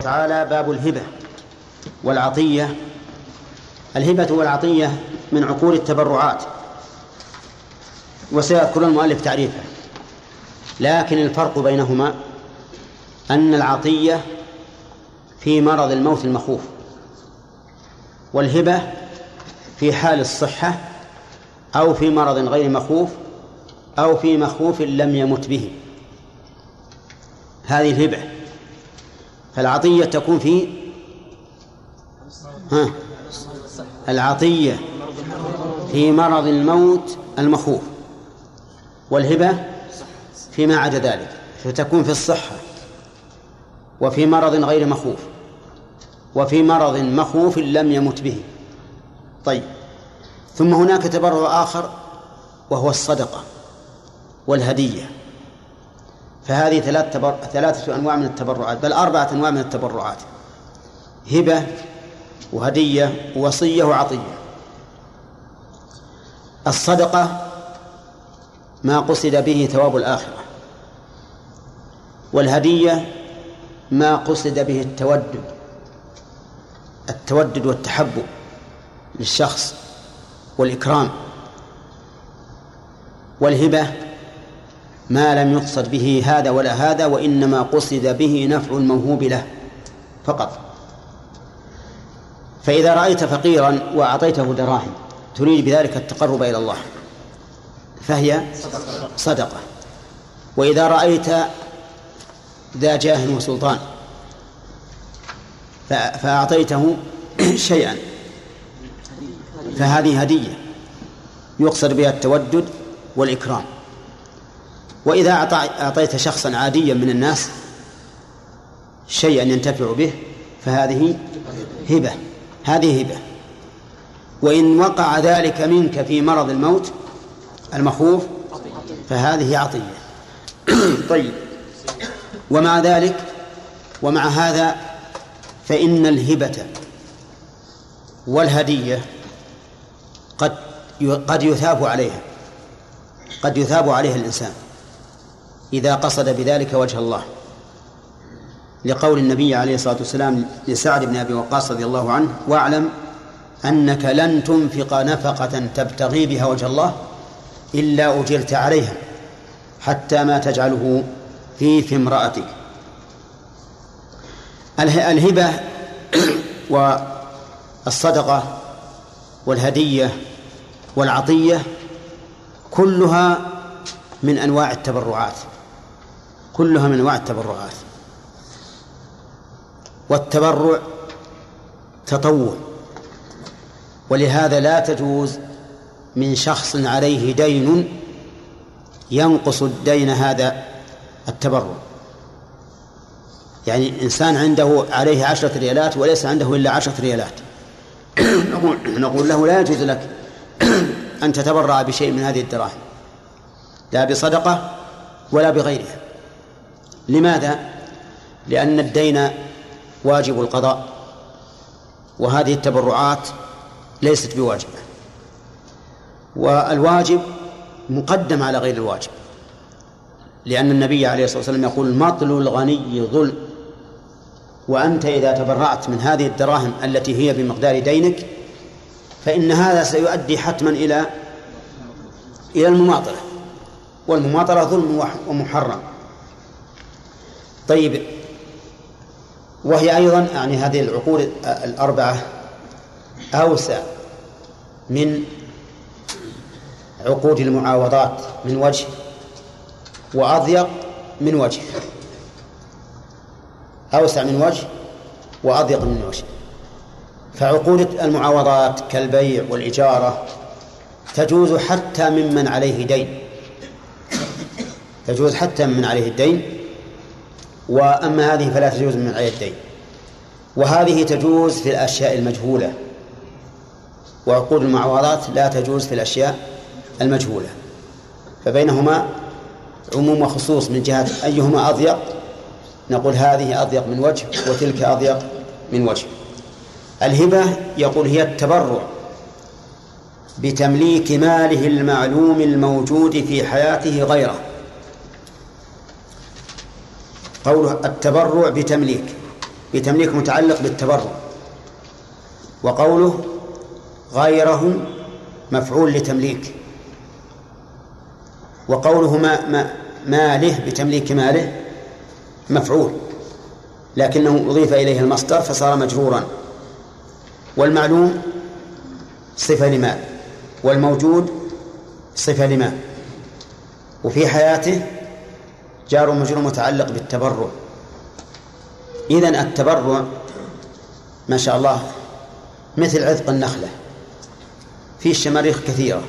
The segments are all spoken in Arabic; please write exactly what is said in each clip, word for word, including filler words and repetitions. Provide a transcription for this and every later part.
تعالى باب الهبة والعطية. الهبة والعطية من عقود التبرعات، وسيذكر المؤلف تعريفها، لكن الفرق بينهما أن العطية في مرض الموت المخوف، والهبة في حال الصحة أو في مرض غير مخوف أو في مخوف لم يمت به. هذه الهبة. فالعطية تكون في ها العطية في مرض الموت المخوف، والهبة فيما عدا ذلك، فتكون في الصحة وفي مرض غير مخوف وفي مرض مخوف لم يمت به. طيب، ثم هناك تبرع آخر وهو الصدقة والهدية. فهذه ثلاث تبر... ثلاثة أنواع من التبرعات، بل أربعة أنواع من التبرعات: هبة وهدية ووصية وعطية. الصدقة ما قصد به ثواب الآخرة، والهدية ما قصد به التودد التودد والتحبب للشخص والإكرام. والهبة ما لم يقصد به هذا ولا هذا، وإنما قصد به نفع الموهوب له فقط. فإذا رأيت فقيرا وأعطيته دراهم تريد بذلك التقرب إلى الله فهي صدقة. وإذا رأيت ذا جاه وسلطان فأعطيته شيئا فهذه هدية يقصد بها التودد والإكرام. وإذا أعطيت شخصا عاديا من الناس شيئا ينتفع به فهذه هبة هذه هبة. وإن وقع ذلك منك في مرض الموت المخوف فهذه عطية. طيب، ومع ذلك ومع هذا فإن الهبة والهدية قد قد يثاب عليها قد يثاب عليها الإنسان إذا قصد بذلك وجه الله، لقول النبي عليه الصلاة والسلام لسعد بن أبي وقاص رضي الله عنه: واعلم أنك لن تنفق نفقة تبتغي بها وجه الله إلا أجرت عليها حتى ما تجعله في في امرأتك. الهبة والصدقة والهدية والعطية كلها من أنواع التبرعات كلها من أنواع التبرعات والتبرع تطوع، ولهذا لا تجوز من شخص عليه دين ينقص الدين هذا التبرع. يعني إنسان عنده عليه عشرة ريالات وليس عنده إلا عشرة ريالات نقول له لا يجوز لك أن تتبرع بشيء من هذه الدراهم، لا بصدقة ولا بغيرها. لماذا؟ لأن الدين واجب القضاء، وهذه التبرعات ليست بواجبة، والواجب مقدم على غير الواجب، لأن النبي عليه الصلاة والسلام يقول: مطل الغني ظلم. وأنت إذا تبرعت من هذه الدراهم التي هي بمقدار دينك فإن هذا سيؤدي حتما إلى إلى المماطلة، والمماطلة ظلم ومحرم. طيب، وهي أيضا يعني هذه العقود الأربعة أوسع من عقود المعاوضات من وجه، وأضيق من وجه أوسع من وجه وأضيق من وجه. فعقود المعاوضات كالبيع والإجارة تجوز حتى ممن عليه دين تجوز حتى ممن عليه الدين وأما هذه فلا تجوز من عليه الدين. وهذه تجوز في الأشياء المجهولة، وعقود المعاوضات لا تجوز في الأشياء المجهولة. فبينهما عموم وخصوص من جهة أيهما أضيق نقول هذه أضيق من وجه وتلك أضيق من وجه. الهبة يقول هي التبرع بتمليك ماله المعلوم الموجود في حياته غيره. قوله التبرع بتمليك بتمليك متعلق بالتبرع، وقوله غيره مفعول لتمليك، وقوله ما ما ماله بتمليك ماله مفعول لكنه أضيف إليه المصدر فصار مجرورا. والمعلوم صفة لمال، والموجود صفة لمال، وفي حياته جار ومجرور متعلق بالتبرع. إذن التبرع ما شاء الله مثل عذق النخلة، فيه شماريخ كثيرة،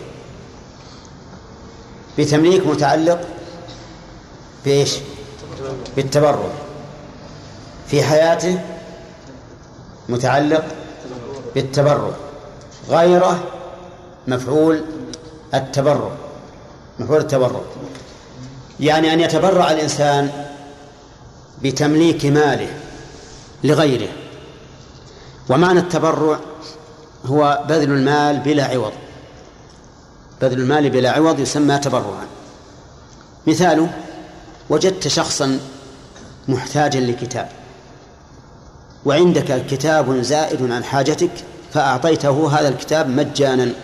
بتمليك متعلق بإيش؟ بالتبرع. في حياته متعلق بالتبرع، غيره مفعول التبرع، مفعول التبرع، يعني أن يتبرع الإنسان بتمليك ماله لغيره. ومعنى التبرع هو بذل المال بلا عوض، بذل المال بلا عوض يسمى تبرعا. مثاله وجدت شخصا محتاجا لكتاب وعندك كتاب زائد عن حاجتك فأعطيته هذا الكتاب مجانا،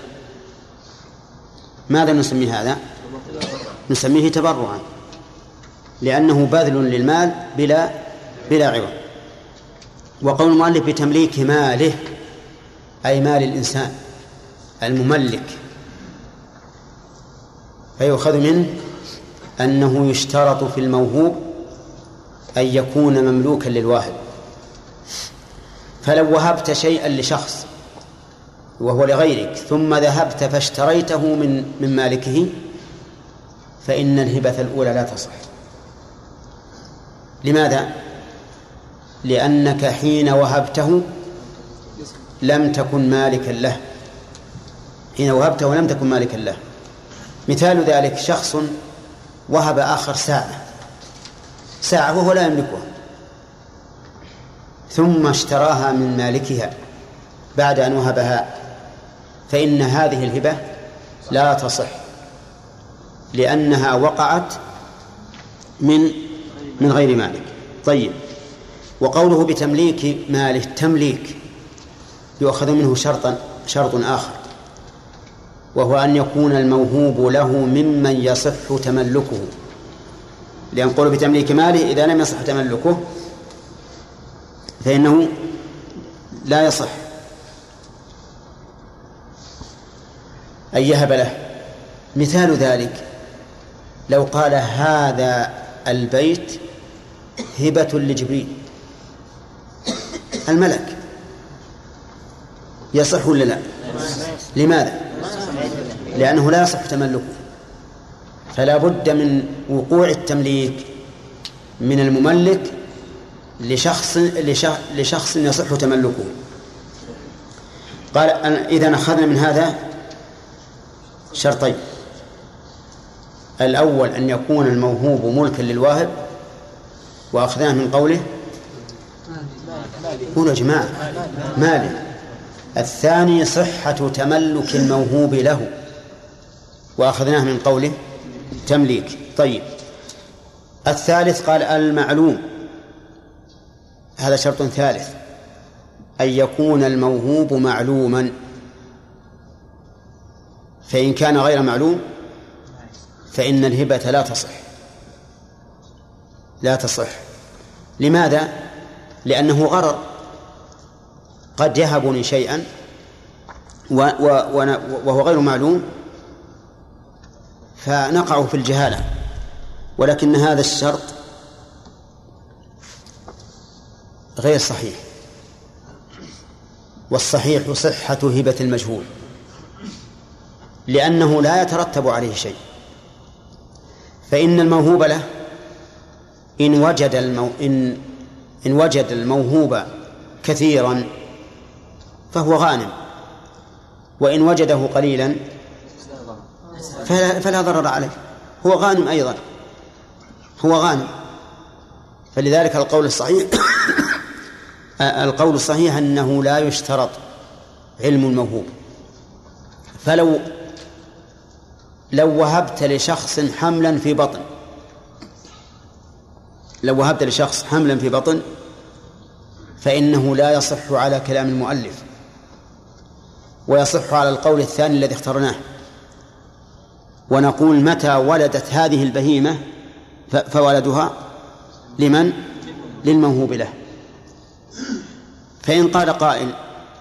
ماذا نسمي هذا؟ نسميه تبرعا، لأنه بذل للمال بلا بلا عوض. وقول المؤلف بتمليك ماله أي مال الإنسان المملك، فيؤخذ منه أنه يشترط في الموهوب أن يكون مملوكا للواهب. فلو وهبت شيئا لشخص وهو لغيرك ثم ذهبت فاشتريته من من مالكه فإن الهبة الأولى لا تصح. لماذا؟ لأنك حين وهبته لم تكن مالكا له، حين وهبته لم تكن مالكا له. مثال ذلك شخص وهب آخر ساعة ساعة وهو لا يملكها ثم اشتراها من مالكها بعد أن وهبها، فإن هذه الهبة لا تصح لأنها وقعت من من غير مالك. طيب، وقوله بتمليك ماله تمليك يؤخذ منه شرطا شرط آخر، وهو أن يكون الموهوب له ممن يصح تملكه، لأن قوله بتمليك ماله إذا لم يصح تملكه فإنه لا يصح أن يهب له. مثال ذلك لو قال هذا البيت هبة لجبريل الملك، يصح ولا لا؟ لماذا؟ لأنه لا يصح تملكه، فلا بد من وقوع التمليك من المملك لشخص لشخص يصح تملكه. قال إذا أخذنا من هذا شرطين: الأول أن يكون الموهوب ملكا للواهب، وأخذناه من قوله قولوا يا جماعة ماله. الثاني صحة تملك الموهوب له، وأخذناه من قوله تمليك. طيب، الثالث قال المعلوم، هذا شرط ثالث، أن يكون الموهوب معلوما، فإن كان غير معلوم فإن الهبة لا تصح لا تصح لماذا؟ لأنه غرر، قد يهبني شيئا وهو غير معلوم فنقع في الجهالة. ولكن هذا الشرط غير صحيح، والصحيح صحة هبة المجهول، لأنه لا يترتب عليه شيء. فإن الموهوب له إن وجد المو... إن... إن وجد الموهوب كثيرا فهو غانم، وإن وجده قليلا فلا, فلا ضرر عليه، هو غانم أيضا، هو غانم. فلذلك القول الصحيح القول الصحيح أنه لا يشترط علم الموهوب. فلو لو وهبت لشخص حملا في بطن لو وهبت لشخص حملا في بطن فإنه لا يصح على كلام المؤلف، ويصح على القول الثاني الذي اخترناه، ونقول متى ولدت هذه البهيمة فولدها لمن؟ للموهوب له. فإن قال قائل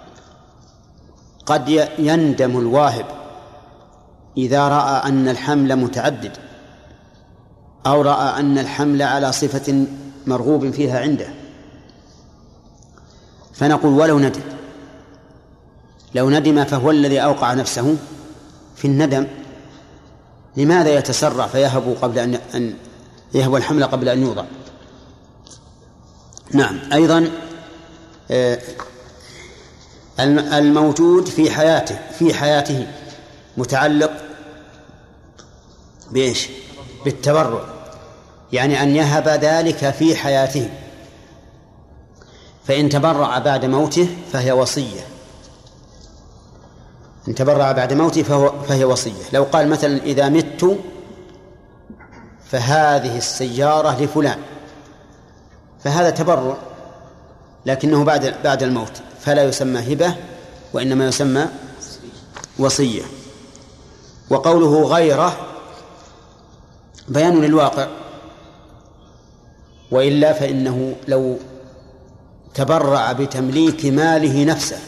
قد يندم الواهب إذا رأى أن الحمل متعدد، أو رأى أن الحمل على صفة مرغوب فيها عنده، فنقول ولو ندم، لو ندم فهو الذي أوقع نفسه في الندم. لماذا يتسرع فيهب قبل أن أن يهب الحمل قبل أن يوضع؟ نعم. أيضا الموجود في حياته في حياته متعلق بإيش؟ بالتبرع، يعني أن يهب ذلك في حياته، فإن تبرع بعد موته فهي وصية، إن تبرع بعد موته فهو فهي وصية. لو قال مثلا إذا مت فهذه السيارة لفلان، فهذا تبرع لكنه بعد بعد الموت، فلا يسمى هبة وإنما يسمى وصية. وقوله غيره بيان للواقع، وإلا فإنه لو تبرع بتمليك ماله نفسه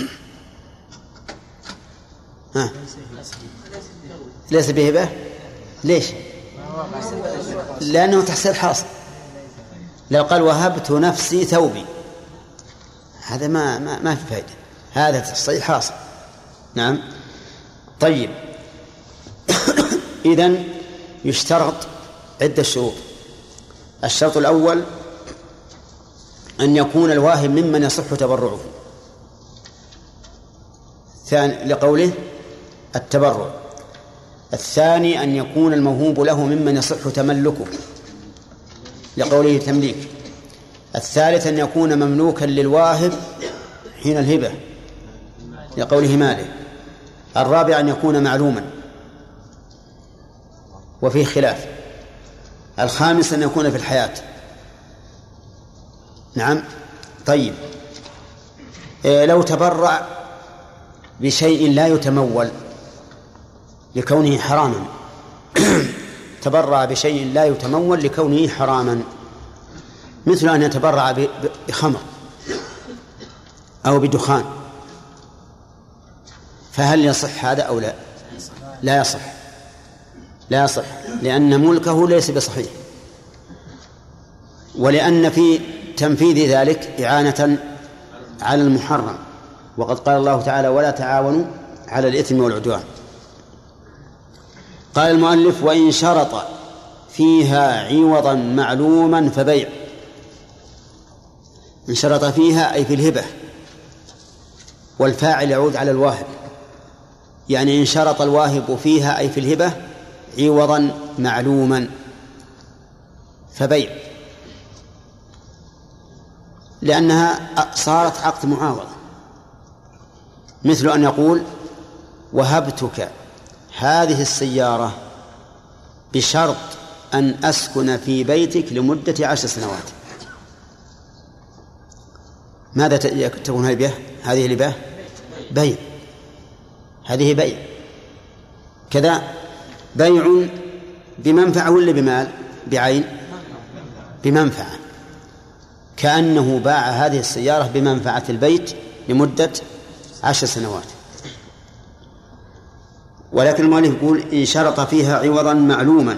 ها ليس بهبة. ليش؟ لأنه تحصيل حاصل. لو قال وهبت نفسي ثوبي، هذا ما ما, ما في فائدة، هذا تحصيل حاصل. نعم. طيب إذن يشترط عدة شروط. الشرط الأول أن يكون الواهب ممن يصح تبرعه، ثاني لقوله التبرع. الثاني أن يكون الموهوب له ممن يصح تملكه، لقوله تمليك. الثالث أن يكون مملوكا للواهب حين الهبة، لقوله ماله. الرابع أن يكون معلوما وفيه خلاف. الخامس أن يكون في الحياة. نعم. طيب إيه لو تبرع بشيء لا يتمول لكونه حراما تبرع بشيء لا يتمول لكونه حراما، مثل أن يتبرع بخمر أو بدخان، فهل يصح هذا أو لا؟ لا يصح، لا يصح، لأن ملكه ليس بصحيح، ولأن في تنفيذ ذلك إعانة على المحرم، وقد قال الله تعالى ولا تعاونوا على الإثم والعدوان. قال المؤلف وإن شرط فيها عوضا معلوما فبيع. إن شرط فيها أي في الهبة، والفاعل يعود على الواهب، يعني إن شرط الواهب فيها أي في الهبة عوضا معلوما فبيع، لأنها صارت عقد معاوضة. مثل أن يقول وهبتك هذه السيارة بشرط أن أسكن في بيتك لمدة عشر سنوات. ماذا تكون هذه؟ هذه لباه بيع، هذه بيع. كذا بيع بمنفعة ولا بمال؟ بعين، بمنفعة، كأنه باع هذه السيارة بمنفعة البيت لمدة عشر سنوات. ولكن المؤلف يقول إن شرط فيها عوضا معلوما،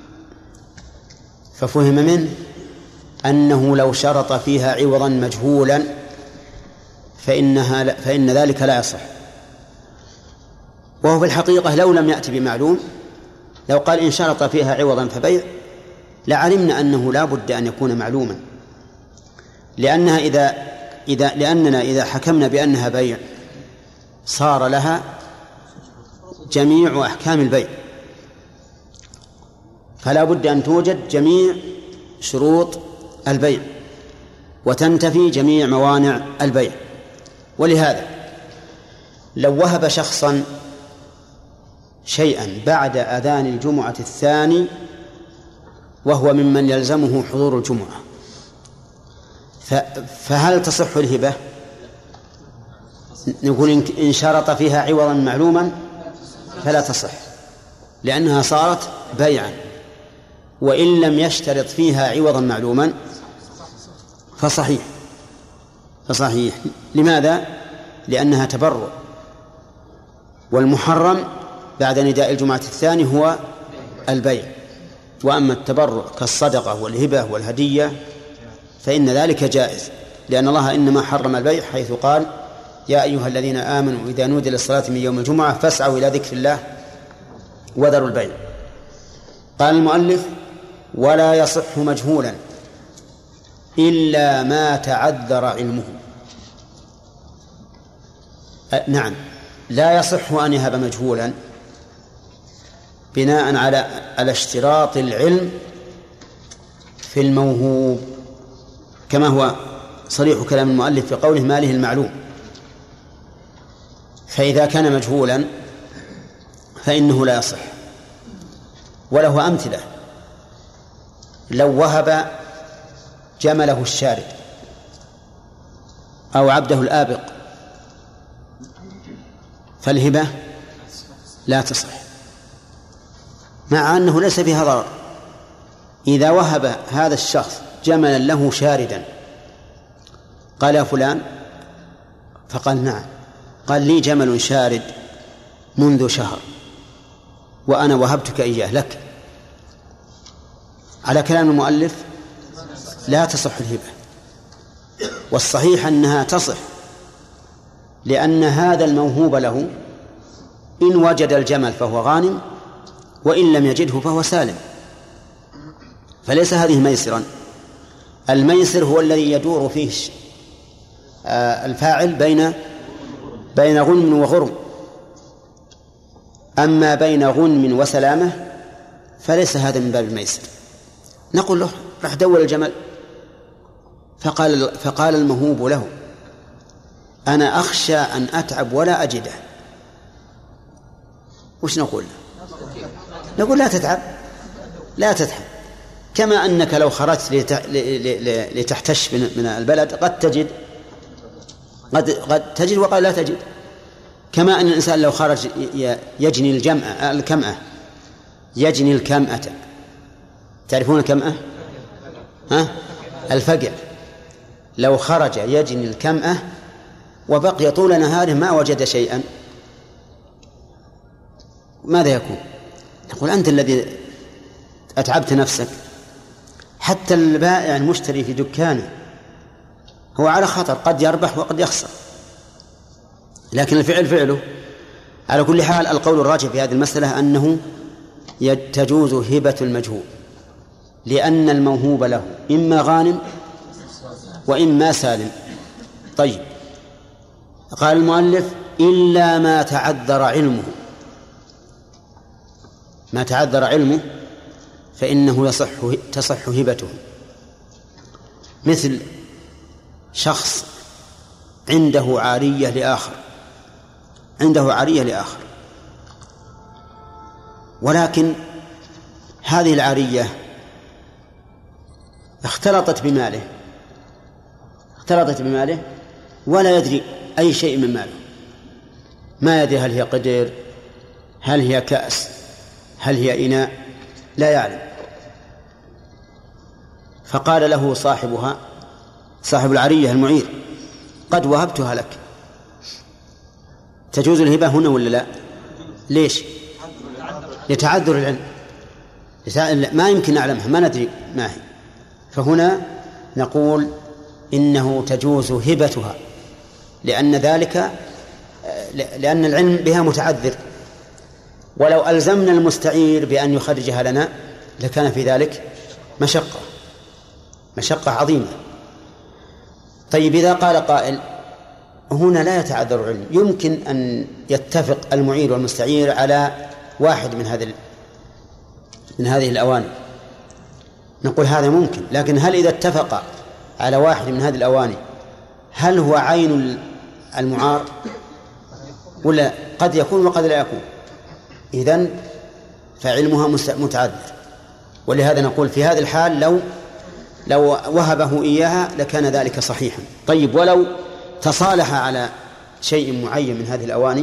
ففهم منه أنه لو شرط فيها عوضا مجهولا فإنها فإن ذلك لا يصح. وهو في الحقيقة لو لم يأتي بمعلوم، لو قال إن شرط فيها عوضا فبيع، لعلمنا أنه لا بد أن يكون معلوما، لأنها إذا إذا لأننا إذا حكمنا بأنها بيع صار لها جميع أحكام البيع، فلا بد أن توجد جميع شروط البيع وتنتفي جميع موانع البيع. ولهذا لو وهب شخصا شيئا بعد أذان الجمعة الثاني وهو ممن يلزمه حضور الجمعة، فهل تصح الهبة؟ نقول إن شرط فيها عوضا معلوما فلا تصح، لأنها صارت بيعا. وإن لم يشترط فيها عوضا معلوما فصحيح فصحيح لماذا؟ لأنها تبرع، والمحرم بعد نداء الجمعة الثاني هو البيع. وأما التبرع كالصدقة والهبة والهدية فإن ذلك جائز، لأن الله إنما حرم البيع حيث قال يا أيها الذين آمنوا إذا نودي للصلاة من يوم الجمعة فاسعوا إلى ذكر الله وذروا البيع. قال المؤلف ولا يصح مجهولا إلا ما تعذر علمه. نعم، لا يصح أن يهب مجهولا بناء على على اشتراط العلم في الموهوب، كما هو صريح كلام المؤلف في قوله ماله المعلوم. فإذا كان مجهولا فإنه لا يصح. وله أمثلة: لو وهب جمله الشارد أو عبده الآبق فالهبة لا تصح، مع أنه ليس فيها ضرر. إذا وهب هذا الشخص جملا له شاردا قال يا فلان، فقال نعم، قال لي جمل شارد منذ شهر وأنا وهبتك إياه لك، على كلام المؤلف لا تصح الهبة. والصحيح أنها تصح، لأن هذا الموهوب له إن وجد الجمل فهو غانم، وإن لم يجده فهو سالم، فليس هذه ميسرا. الميسر هو الذي يدور فيه الفاعل بين بين غنم وغرم، أما بين غنم وسلامة فليس هذا من باب الميسر. نقول له راح دور الجمل، فقال فقال الموهوب له أنا أخشى أن أتعب ولا أجده. وش نقول له؟ نقول لا تتعب لا تتعب، كما أنك لو خرجت لتحتش من البلد قد تجد قد, قد تجد وقد لا تجد، كما أن الإنسان لو خرج يجني الجمعة الكمأة يجني الكمأة. تعرفون الكمأة؟ ها؟ الفقع. لو خرج يجني الكمأة وبقي طول نهاره ما وجد شيئا ماذا يكون؟ نقول أنت الذي أتعبت نفسك. حتى البائع المشتري في دكانه هو على خطر، قد يربح وقد يخسر، لكن الفعل فعله. على كل حال القول الراجح في هذه المسألة أنه تجوز هبة المجهول، لأن الموهوب له إما غانم وإما سالم. طيب، قال المؤلف إلا ما تعذر علمه. ما تعذر علمه فإنه يصح تصح هبته، مثل شخص عنده عارية لآخر عنده عارية لآخر ولكن هذه العارية اختلطت بماله اختلطت بماله ولا يدري أي شيء من ماله، ما يدري هل هي قدر، هل هي كأس، هل هي إناء، لا يعلم. فقال له صاحبها صاحب العارية المعير قد وهبتها لك. تجوز الهبة هنا ولا لا؟ ليش؟ يتعذر العلم، ما يمكن نعلمها، ما ندري ما هي. فهنا نقول إنه تجوز هبتها، لأن ذلك لأن العلم بها متعذر. ولو ألزمنا المستعير بأن يخرجها لنا لكان في ذلك مشقة مشقة عظيمة. طيب، إذا قال قائل هنا لا يتعذر العلم، يمكن أن يتفق المعير والمستعير على واحد من هذه من هذه الأواني، نقول هذا ممكن، لكن هل إذا اتفق على واحد من هذه الأواني هل هو عين المعار ولا قد يكون وقد لا يكون؟ إذن فعلمها متعذر. ولهذا نقول في هذه الحال لو لو وهبه إياها لكان ذلك صحيحا. طيب ولو تصالح على شيء معين من هذه الأواني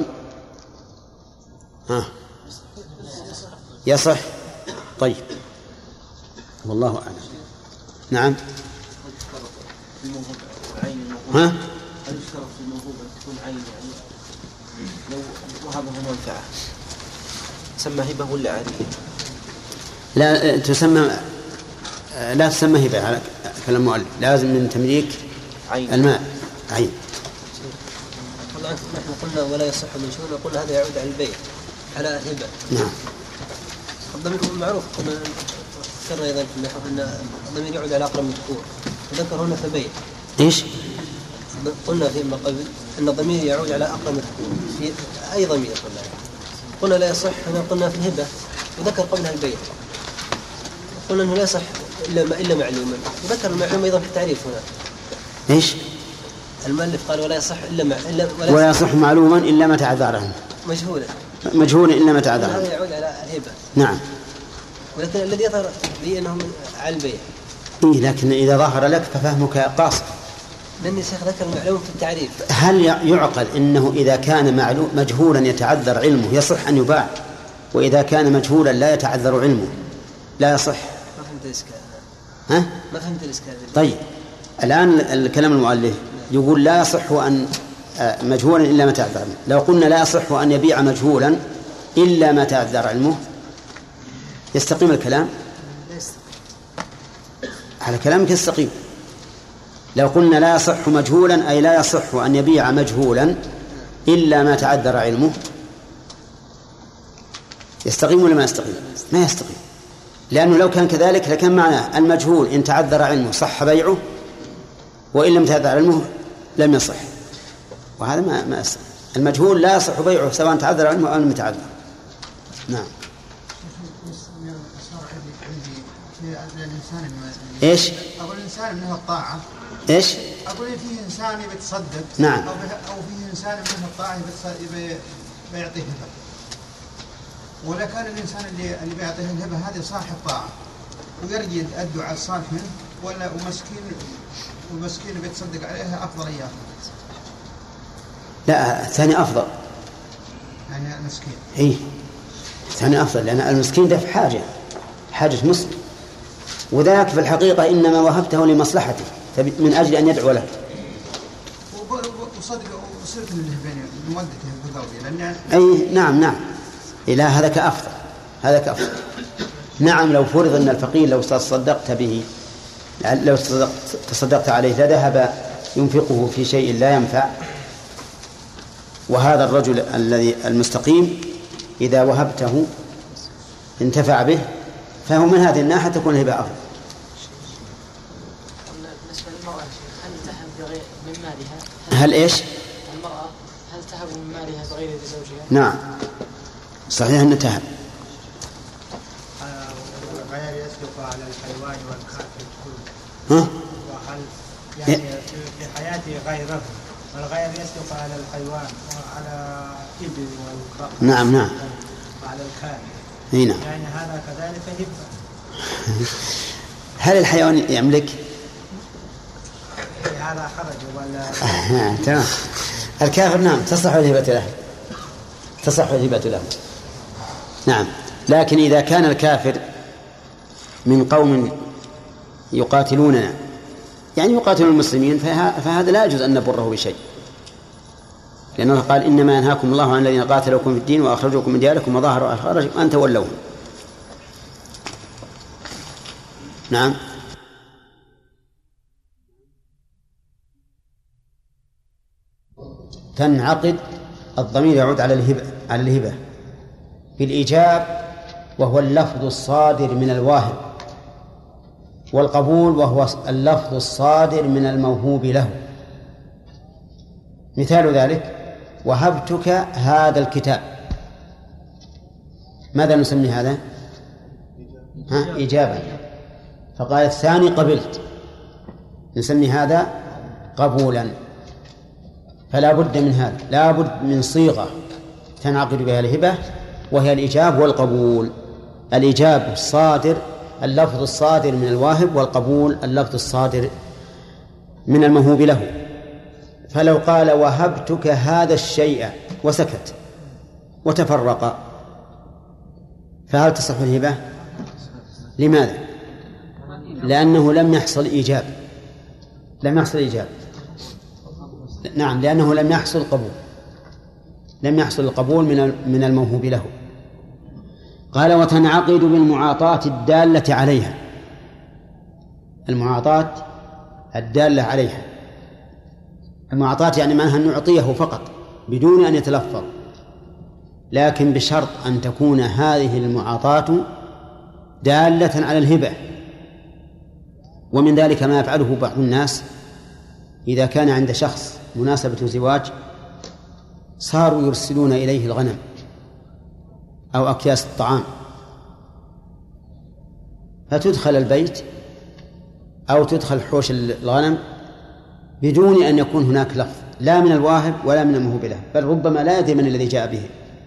ها يصح. طيب والله أعلم. نعم. ها؟ هل يشترط في الموهوبة أن تكون عين؟ يعني لو وهبه منفعة تسمى هبة ولا عادية؟ لا تسمى لا تسمى هبة على كلام المؤلف، لازم من تمليك عين. المال عين. والله نحن قلنا ولا يصح من شؤون، قلنا هذا يعود على البيع على هبة. نعم. الضمير معروف، قلنا ذكرنا أيضا في النحو أن الضمير يعود على أقرب مذكور، وذكر هنا فبيع. إيش؟ قلنا فيما قبل أن الضمير يعود على أقرب مذكور في أي ضمير قلنا قلنا لا يصح. هنا قلنا في الهبة وذكر قبلها البيع، قلنا أنه لا يصح إلا إلا معلوما، وذكر المعلوم أيضا في التعريف هنا. إيش؟ المؤلف قال ولا يصح إلا مع إلا ولا, ولا يصح معلوما إلا ما تعذر عنه، مجهولا مجهولا إلا ما تعذر عنه. هذا يعود على الهبة. نعم. ولكن الذي يظهر لي أنه على البيع. إيه لكن إذا ظهر لك ففهمك قاصر. لأن الشيخ ذكر المعلوم في التعريف. هل يعقل إنه إذا كان معلوم مجهولا يتعذر علمه يصح أن يباع، وإذا كان مجهولا لا يتعذر علمه لا يصح؟ ما فهمت الإشكال. ها؟ ما فهمت الإشكال. طيب الآن الكلام المؤلف يقول لا يصح أن مجهولا إلا ما تعذر علمه. لو قلنا لا يصح أن يبيع مجهولا إلا ما تعذر علمه يستقيم الكلام؟ على كلامك يستقيم. لو قلنا لا يصح مجهولا أي لا يصح أن يبيع مجهولا إلا ما تعذر علمه يستقيم ولا ما يستقيم؟ ما يستقيم، لأنه لو كان كذلك لكان معناه المجهول إن تعذر علمه صح بيعه، وإن لم تعذر علمه لم يصح، وهذا ما ما يصح. المجهول لا يصح بيعه سواء تعذر علمه أو لم يتعذر. نعم. إيش؟ أقول الإنسان منه الطاعة. إيش؟ أقول فيه إنسان يتصدق. نعم. أو أو فيه إنسان منه الطاعة بيعطيه هبة. ولا كان الإنسان اللي اللي بيعطيه الهبة هذه صاحب طاعة ويرجي الدعاء الصالح منه، ولا ومسكين والمسكين بيتصدق عليها أفضل إياه. لا الثاني أفضل. يعني المسكين. إيه الثاني أفضل، لأن المسكين ده في حاجة حاجة مسلم، وذاك في الحقيقة إنما وهبته لمصلحته من أجل أن يدعو له. وصدق وصرت من بين مودته بالقلب لأن. أي نعم نعم. إلى هذا كأفضل، هذا كأفضل. نعم لو فرض أن الفقير لو تصدقت به لو تصدقت عليه لذهب ينفقه في شيء لا ينفع، وهذا الرجل الذي المستقيم إذا وهبته انتفع به، فهو من هذه الناحية تكون الهبة أفضل. بالنسبة للمرأة هل تهب بغير من مالها؟ هل إيش؟ المرأة هل تهب من مالها بغير زوجها؟ نعم صحيح أن تهب. غير يصدق على الحيوان والكافر ها؟ وهل يعني في حياته غيره والغير يصدق على الحيوان وعلى الإبل والبقر. نعم نعم. وعلى الكافر. هنا. يعني هذا كذلك هبة. هل الحيوان يملك؟ هذا خرج ولا؟ تمام. الكافر نعم تصح الهبة له، تصح الهبة له. نعم. لكن إذا كان الكافر من قوم يقاتلوننا يعني يقاتلون المسلمين فهذا لا يجوز أن نبره بشيء، لأنه قال إنما ينهاكم الله عن الذين قاتلوكم في الدين وأخرجوكم من دياركم وظاهروا على إخراجكم أن تولوهم. نعم. تنعقد الضمير يعود على الهبة على الهبة بالإيجاب وهو اللفظ الصادر من الواهب، والقبول وهو اللفظ الصادر من الموهوب له. مثال ذلك وهبتك هذا الكتاب، ماذا نسمي هذا؟ ها؟ إجابة. فقال الثاني قبلت، نسمي هذا قبولا. فلا بد من هذا، لا بد من صيغة تنعقد بها الهبة وهي الإجاب والقبول. الإجاب الصادر اللفظ الصادر من الواهب، والقبول اللفظ الصادر من الموهوب له. فلو قال وهبتك هذا الشيء وسكت وتفرق، فهل تصح الهبة؟ لماذا؟ لأنه لم يحصل إيجاب، لم يحصل إيجاب. نعم، لأنه لم يحصل قبول، لم يحصل القبول من من الموهوب له. قال وتنعقد بالمعاطاة الدالة عليها، المعاطاة الدالة عليها. المعاطاة يعني معناها أن نعطيه فقط بدون أن يتلفظ، لكن بشرط أن تكون هذه المعاطاة دالة على الهبة. ومن ذلك ما يفعله بعض الناس إذا كان عند شخص مناسبة زواج صاروا يرسلون إليه الغنم أو أكياس الطعام، فتدخل البيت أو تدخل حوش الغنم بدون أن يكون هناك لفظ لا من الواهب ولا من الموهوب له، بل ربما لا يدري من الذي جاء به.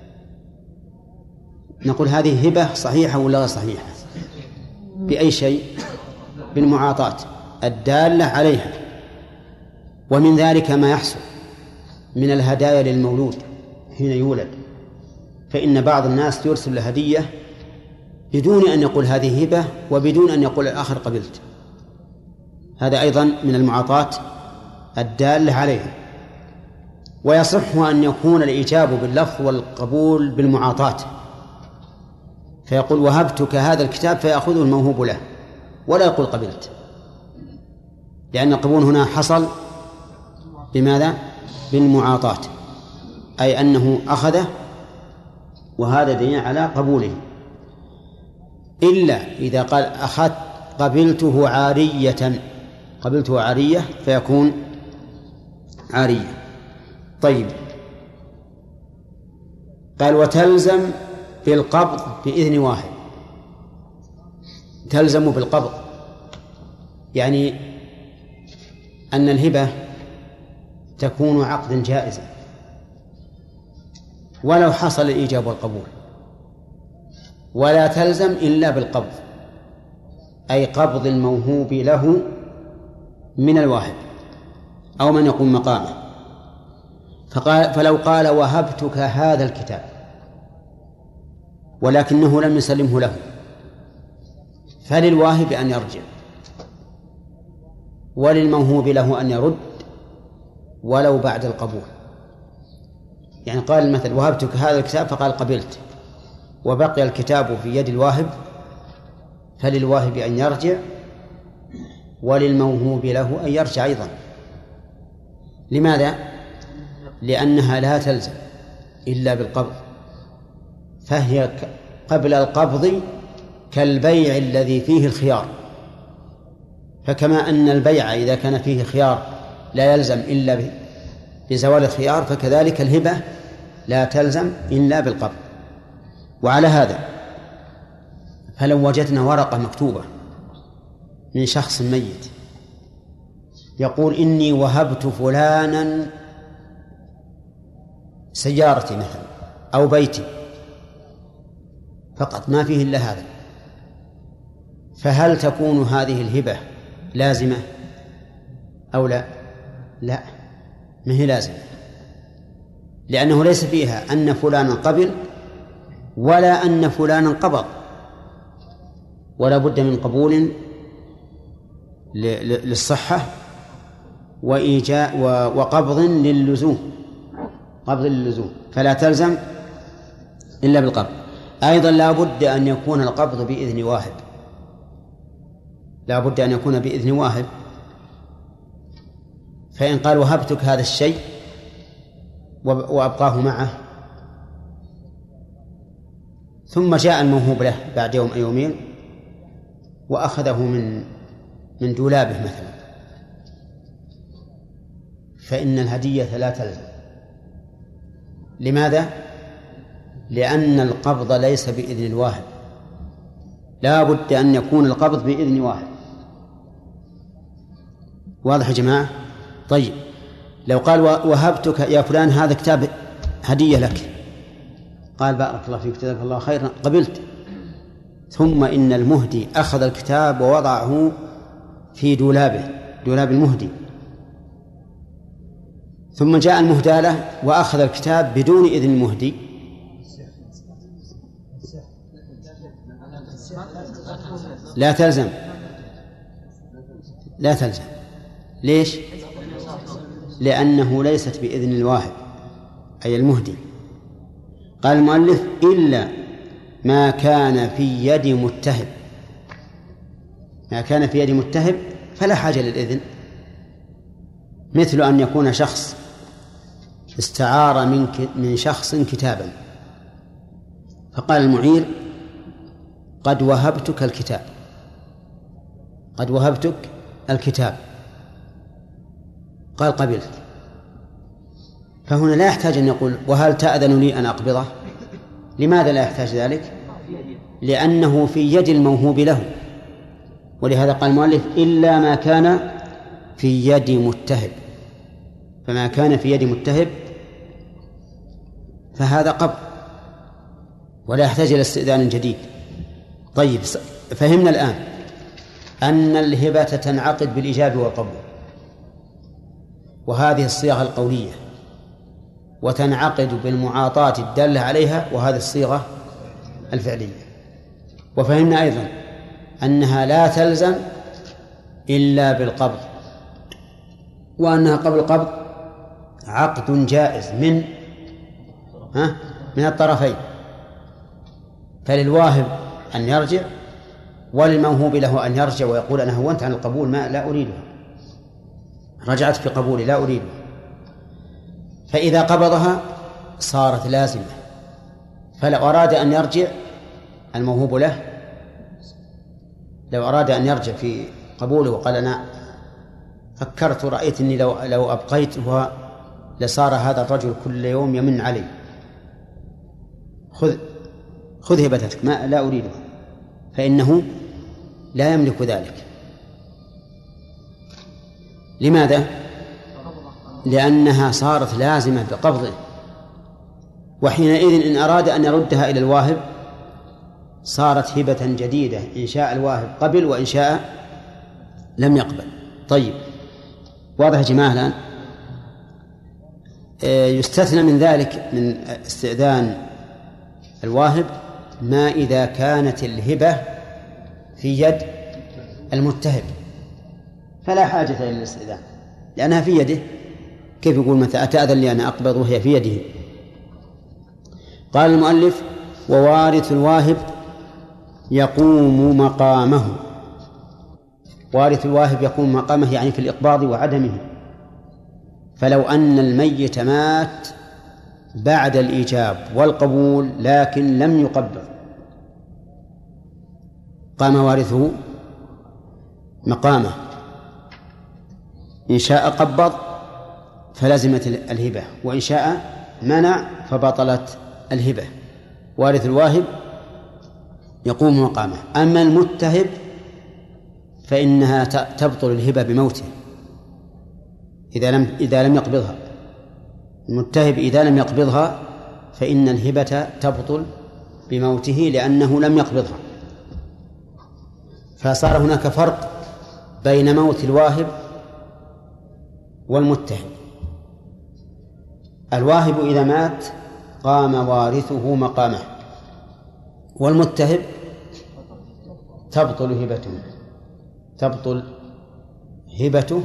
نقول هذه هبة صحيحة ولا غير صحيحة؟ بأي شيء؟ بالمعاطاة الدالة عليها. ومن ذلك ما يحصل من الهدايا للمولود حين يولد، فإن بعض الناس يرسل له هدية بدون أن يقول هذه هبة وبدون أن يقول الآخر قبلت، هذا أيضا من المعاطاة الدالة عليها. ويصح أن يكون الإيجاب باللفظ والقبول بالمعاطاة، فيقول وهبتك هذا الكتاب فيأخذه الموهوب له ولا يقول قبلت، لأن القبول هنا حصل بماذا؟ بالمعاطاة، أي أنه أخذه، وهذا دليل على قبوله. إلا إذا قال أخذت قبلته عارية، قبلته عارية فيكون عارية. طيب، قال وتلزم بالقبض بإذن واحد. تلزم بالقبض يعني أن الهبة تكون عقدا جائزا ولو حصل الإيجاب والقبول، ولا تلزم إلا بالقبض، أي قبض الموهوب له من الواهب أو من يقوم مقامه. فقال فلو قال وهبتك هذا الكتاب ولكنه لم يسلمه له، فللواهب أن يرجع وللموهوب له أن يرد ولو بعد القبول. يعني قال المثل وهبتك هذا الكتاب فقال قبلت وبقي الكتاب في يد الواهب، فللواهب أن يرجع وللموهوب له أن يرجع أيضا. لماذا؟ لأنها لا تلزم إلا بالقبض، فهي قبل القبض كالبيع الذي فيه الخيار. فكما أن البيع إذا كان فيه خيار لا يلزم إلا بزوال الخيار، فكذلك الهبة لا تلزم إلا بالقبض. وعلى هذا فلو وجدنا ورقة مكتوبة من شخص ميت يقول إني وهبت فلانا سيارتي مثلا أو بيتي فقط، ما فيه إلا هذا، فهل تكون هذه الهبة لازمة أو لا؟ لا، ما هي لازمة، لأنه ليس فيها أن فلانا قبل ولا أن فلانا قبض، ولا بد من قبول للصحة وإيجاء وقبض للزوم، قبض للزوم، فلا تلزم إلا بالقبض. أيضا لا بد أن يكون القبض بإذن واهب، لا بد أن يكون بإذن واهب. فإن قال وهبتك هذا الشيء وأبقاه معه ثم جاء الموهوب له بعد يوم أو يومين وأخذه من من دولابه مثلا، فإن الهدية لا تلزم. لماذا؟ لأن القبض ليس بإذن الواهب، لا بد أن يكون القبض بإذن واحد. واضح يا جماعة؟ طيب، لو قال وهبتك يا فلان هذا كتاب هدية لك، قال بارك الله فيك جزاك الله خيرا قبلت، ثم إن المهدي أخذ الكتاب ووضعه في دولابه، دولاب المهدي، ثم جاء المهدى له وأخذ الكتاب بدون إذن المهدي، لا تلزم، لا تلزم. ليش؟ لأنه ليست بإذن الواهب أي المهدي. قال المؤلف: إلا ما كان في يد متهب، ما كان في يد متهب فلا حاجة للإذن، مثل أن يكون شخص استعار من من شخص كتابا، فقال المعير: قد وهبتك الكتاب، قد وهبتك الكتاب، قال: قبلت. فهنا لا يحتاج أن يقول: وهل تأذن لي أن أقبضه؟ لماذا لا يحتاج ذلك؟ لأنه في يد الموهوب له. ولهذا قال المؤلف: إلا ما كان في يد متهب، فما كان في يد متهب فهذا قبض ولا يحتاج إلى استئذان جديد. طيب، فهمنا الآن أن الهبة تنعقد بالإيجاب والقبول، وهذه الصيغة القولية، وتنعقد بالمعاطاة الدالة عليها، وهذه الصيغة الفعلية. وفهمنا أيضا أنها لا تلزم إلا بالقبض، وأنها قبل القبض عقد جائز من ها من الطرفين، فللواهب أن يرجع وللموهوب له أن يرجع ويقول: أنا هونت عن القبول، ما لا أريدها، رجعت في قبولي لا أريدها. فإذا قبضها صارت لازمة، فلو أراد أن يرجع الموهوب له، لو أراد أن يرجع في قبوله وقال: أنا فكرت ورأيت أني لو, لو أبقيتها لصار هذا الرجل كل يوم يمن علي، خذ خذ هبتك، ما لا أريدها، فإنه لا يملك ذلك. لماذا؟ لأنها صارت لازمة بقبضه، وحينئذ إن أراد أن يردها إلى الواهب صارت هبة جديدة، إن شاء الواهب قبل وإن شاء لم يقبل. طيب، واضح يا جماعة الآن؟ يستثنى من ذلك من استئذان الواهب ما إذا كانت الهبة في يد المتهب، فلا حاجة إلى الاستئذان لأنها في يده. كيف يقول مثلا: أتأذن لي أن أقبض وهي في يده؟ قال المؤلف: ووارث الواهب يقوم مقامه. وارث الواهب يقوم مقامه يعني في الإقباض وعدمه. فلو أن الميت مات بعد الإيجاب والقبول لكن لم يقبض، قام وارثه مقامه، إن شاء قبض فلزمت الهبة، وإن شاء منع فبطلت الهبة. وارث الواهب يقوم مقامه. أما المتهب فإنها تبطل الهبة بموته إذا لم إذا لم يقبضها. المتهب إذا لم يقبضها فإن الهبة تبطل بموته لأنه لم يقبضها. فصار هناك فرق بين موت الواهب والمتهب. الواهب إذا مات قام وارثه مقامه، والمتهب تبطل هبته تبطل هبته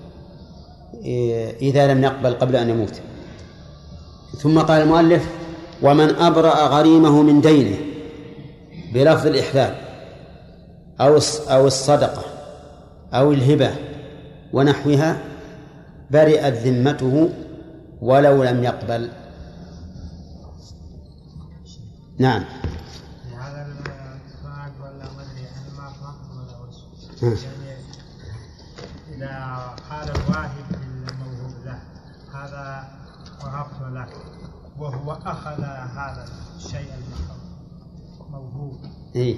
إذا لم يقبل قبل أن يموت. ثم قال المؤلف: ومن أبرأ غريمه من دينه بلفظ الإحلال أو أو الصدقة أو الهبة ونحوها برئت ذمته ولو لم يقبل. نعم. هذا الفاق ولا ما أدري أنا ما فاق ولا وش يعني إذا قال الواهب للموهوب له: هذا وهبت له، وهو أخذ هذا الشيء الموهوب إيه؟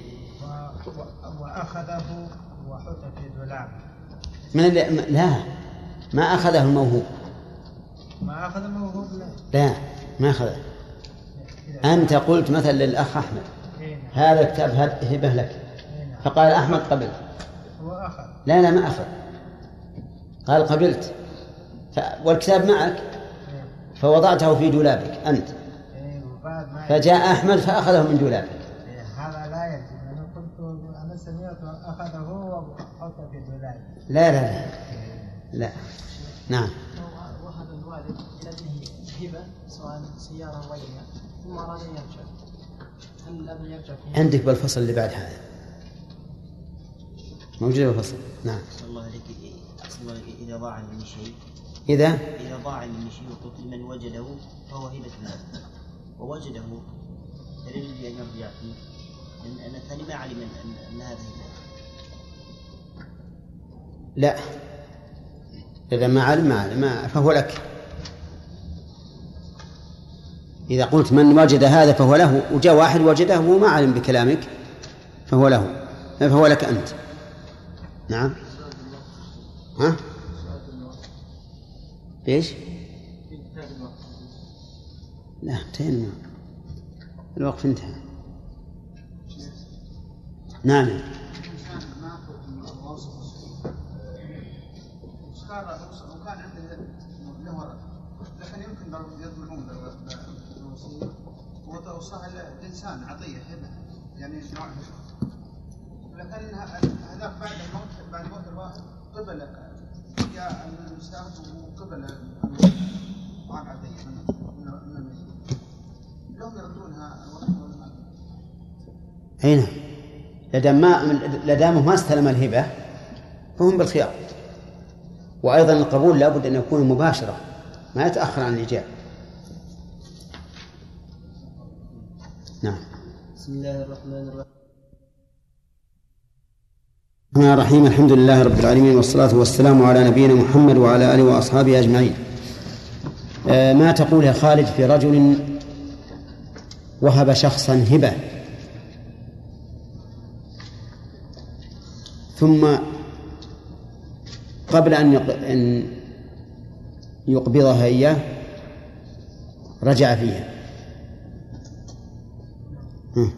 وأخذه وحط في دولاب. من لا ما أخذه الموهوب، ما أخذ الموهوب له. لا ما أخذه. أنت قلت مثلا للأخ أحمد: هذا الكتاب هبة لك، فقال أحمد قبلت. لا لا ما أخذ، قال قبلت ف... والكتاب معك فوضعته في دولابك أنت، فجاء أحمد فأخذه من دولابك. هذا لا يجب، أنا قلت أنا سمعت أخذه وحطه في دولابي. لا لا لا لا نعم. وهذا الوالد إلى ابنه هبة سواء سيارة أو غيرها ثم أراد أن يرجع، هل الأب يرجع فيه؟ عندك بالفصل اللي بعد هذا موجود بالفصل. نعم. أحسن الله عليك. أحسن الله عليك. إذا ضاع مني شيء إذا إذا ضاع مني شيء وقلت لمن وجده فهو هبة له ووجده يريد أن يرجع فيه، لأن الثاني ما علم أن, أن هذا هبة. لا، إذا ما علم ما علم فهو لك. إذا قلت من وجد هذا فهو له وجاء واحد وجده وما علم بكلامك فهو له، فهو لك أنت. نعم. ها؟ إيش؟ لا انتهينا، الوقف انتهى. نعم. وكان عنده له ورد لكن يمكن لو يضمنون بالوصية وتوصاها الإنسان عطية هبة يعني نوع لكن هذا بعد الموت بعد موت الواحد قبل جاء المستعد وقبل عن عطية من الميت لهم يردونها الوقت ولا هنا لدام ما لدامه ما استلم الهبة فهم بالخيار. وأيضا القبول لا بد أن يكون مباشرة ما يتأخر عن الإجابة. نعم. بسم الله الرحمن الرحيم. الرحمن الرحيم. الحمد لله رب العالمين والصلاة والسلام على نبينا محمد وعلى آله وأصحابه أجمعين. آه ما تقول يا خالد في رجل وهب شخصا هبة ثم قبل أن يقبضها إياه رجع فيها؟ ها؟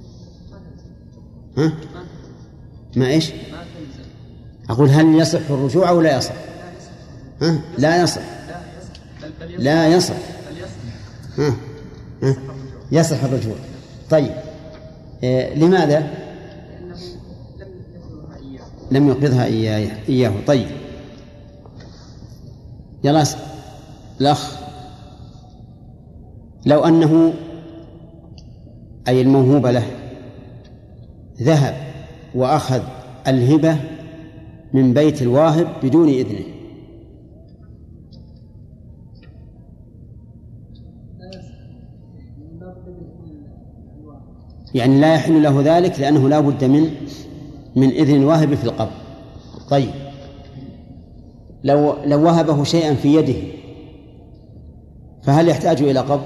ها؟ ما إيش؟ أقول هل يصح الرجوع أو لا يصح؟ ها؟ لا يصح. لا يصح. ها؟ ها؟ يصح الرجوع. طيب إيه لماذا؟ لم يقبضها إياه. إياه. طيب يلا الأخ لو أنه أي الموهوب له ذهب وأخذ الهبة من بيت الواهب بدون إذنه يعني لا يحل له ذلك لأنه لا بد من من إذن الواهب في القبض. طيب لو لو وهبه شيئا في يده فهل يحتاج إلى قبض؟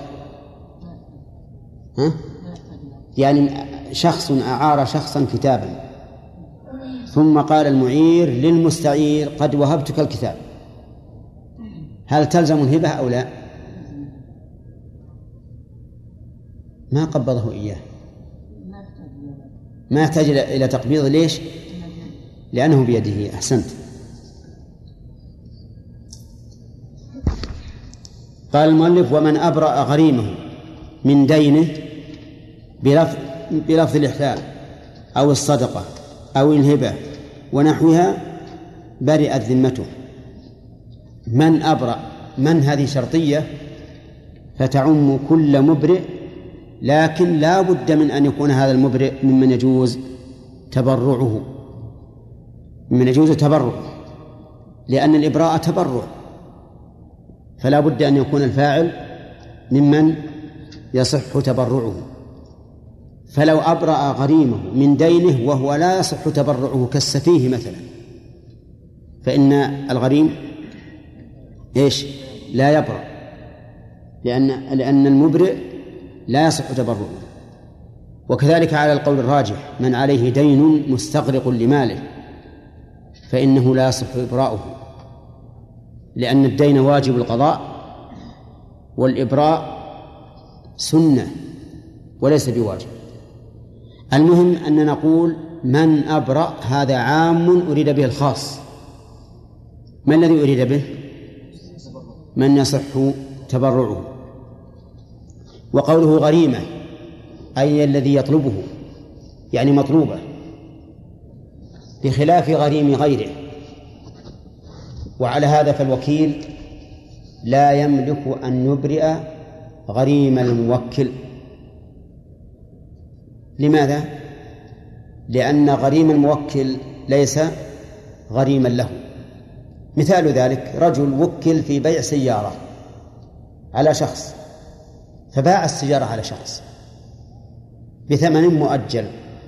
ها؟ يعني شخص أعار شخصا كتابا ثم قال المعير للمستعير قد وهبتك الكتاب، هل تلزم الهبة أو لا؟ ما قبضه إياه، ما يحتاج إلى تقبيض. ليش؟ لأنه بيده. أحسنت. قال المؤلف ومن أبرأ غريمه من دينه بلفظ, بلفظ الإحلال أو الصدقة أو الهبة ونحوها برئت ذمته. من أبرأ، من هذه شرطية فتعم كل مبرئ، لكن لا بد من أن يكون هذا المبرئ ممن يجوز تبرعه، ممن يجوز تبرعه، لأن الإبراء تبرع، فلا بد أن يكون الفاعل ممن يصح تبرعه. فلو أبرأ غريمه من دينه وهو لا يصح تبرعه كالسفيه مثلا فإن الغريم إيش؟ لا يبرأ، لأن لأن المبرئ لا يصح تبرعه. وكذلك على القول الراجح من عليه دين مستغرق لماله فإنه لا يصح إبراؤه، لأن الدين واجب القضاء والإبراء سنة وليس بواجب. المهم أن نقول من أبرأ هذا عام أريد به الخاص. ما الذي أريد به؟ من يصح تبرعه. وقوله غريمة أي الذي يطلبه، يعني مطلوبة، بخلاف غريم غيره. وعلى هذا فالوكيل لا يملك أن يبرئ غريم الموكل. لماذا؟ لأن غريم الموكل ليس غريما له. مثال ذلك رجل وكل في بيع سيارة على شخص، فباع السيارة على شخص بثمن مؤجل،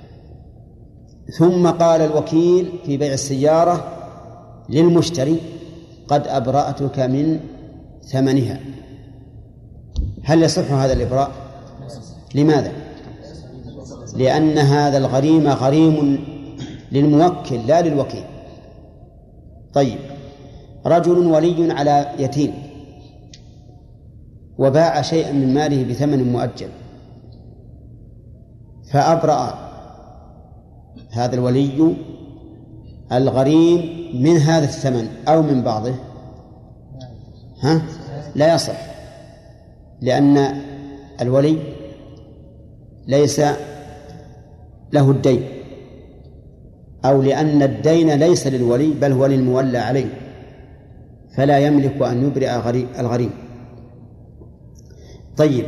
ثم قال الوكيل في بيع السيارة للمشتري قد أبرأتك من ثمنها. هل يصح هذا الإبراء؟ لماذا؟ لأن هذا الغريم غريم للموكل لا للوكيل. طيب، رجل ولي على يتيم وباع شيئا من ماله بثمن مؤجل، فأبرأ هذا الولي الغريم من هذا الثمن أو من بعضه، ها؟ لا يصح، لأن الولي ليس له الدين، أو لأن الدين ليس للولي بل هو للمولى عليه، فلا يملك أن يبرئ الغريم. طيب،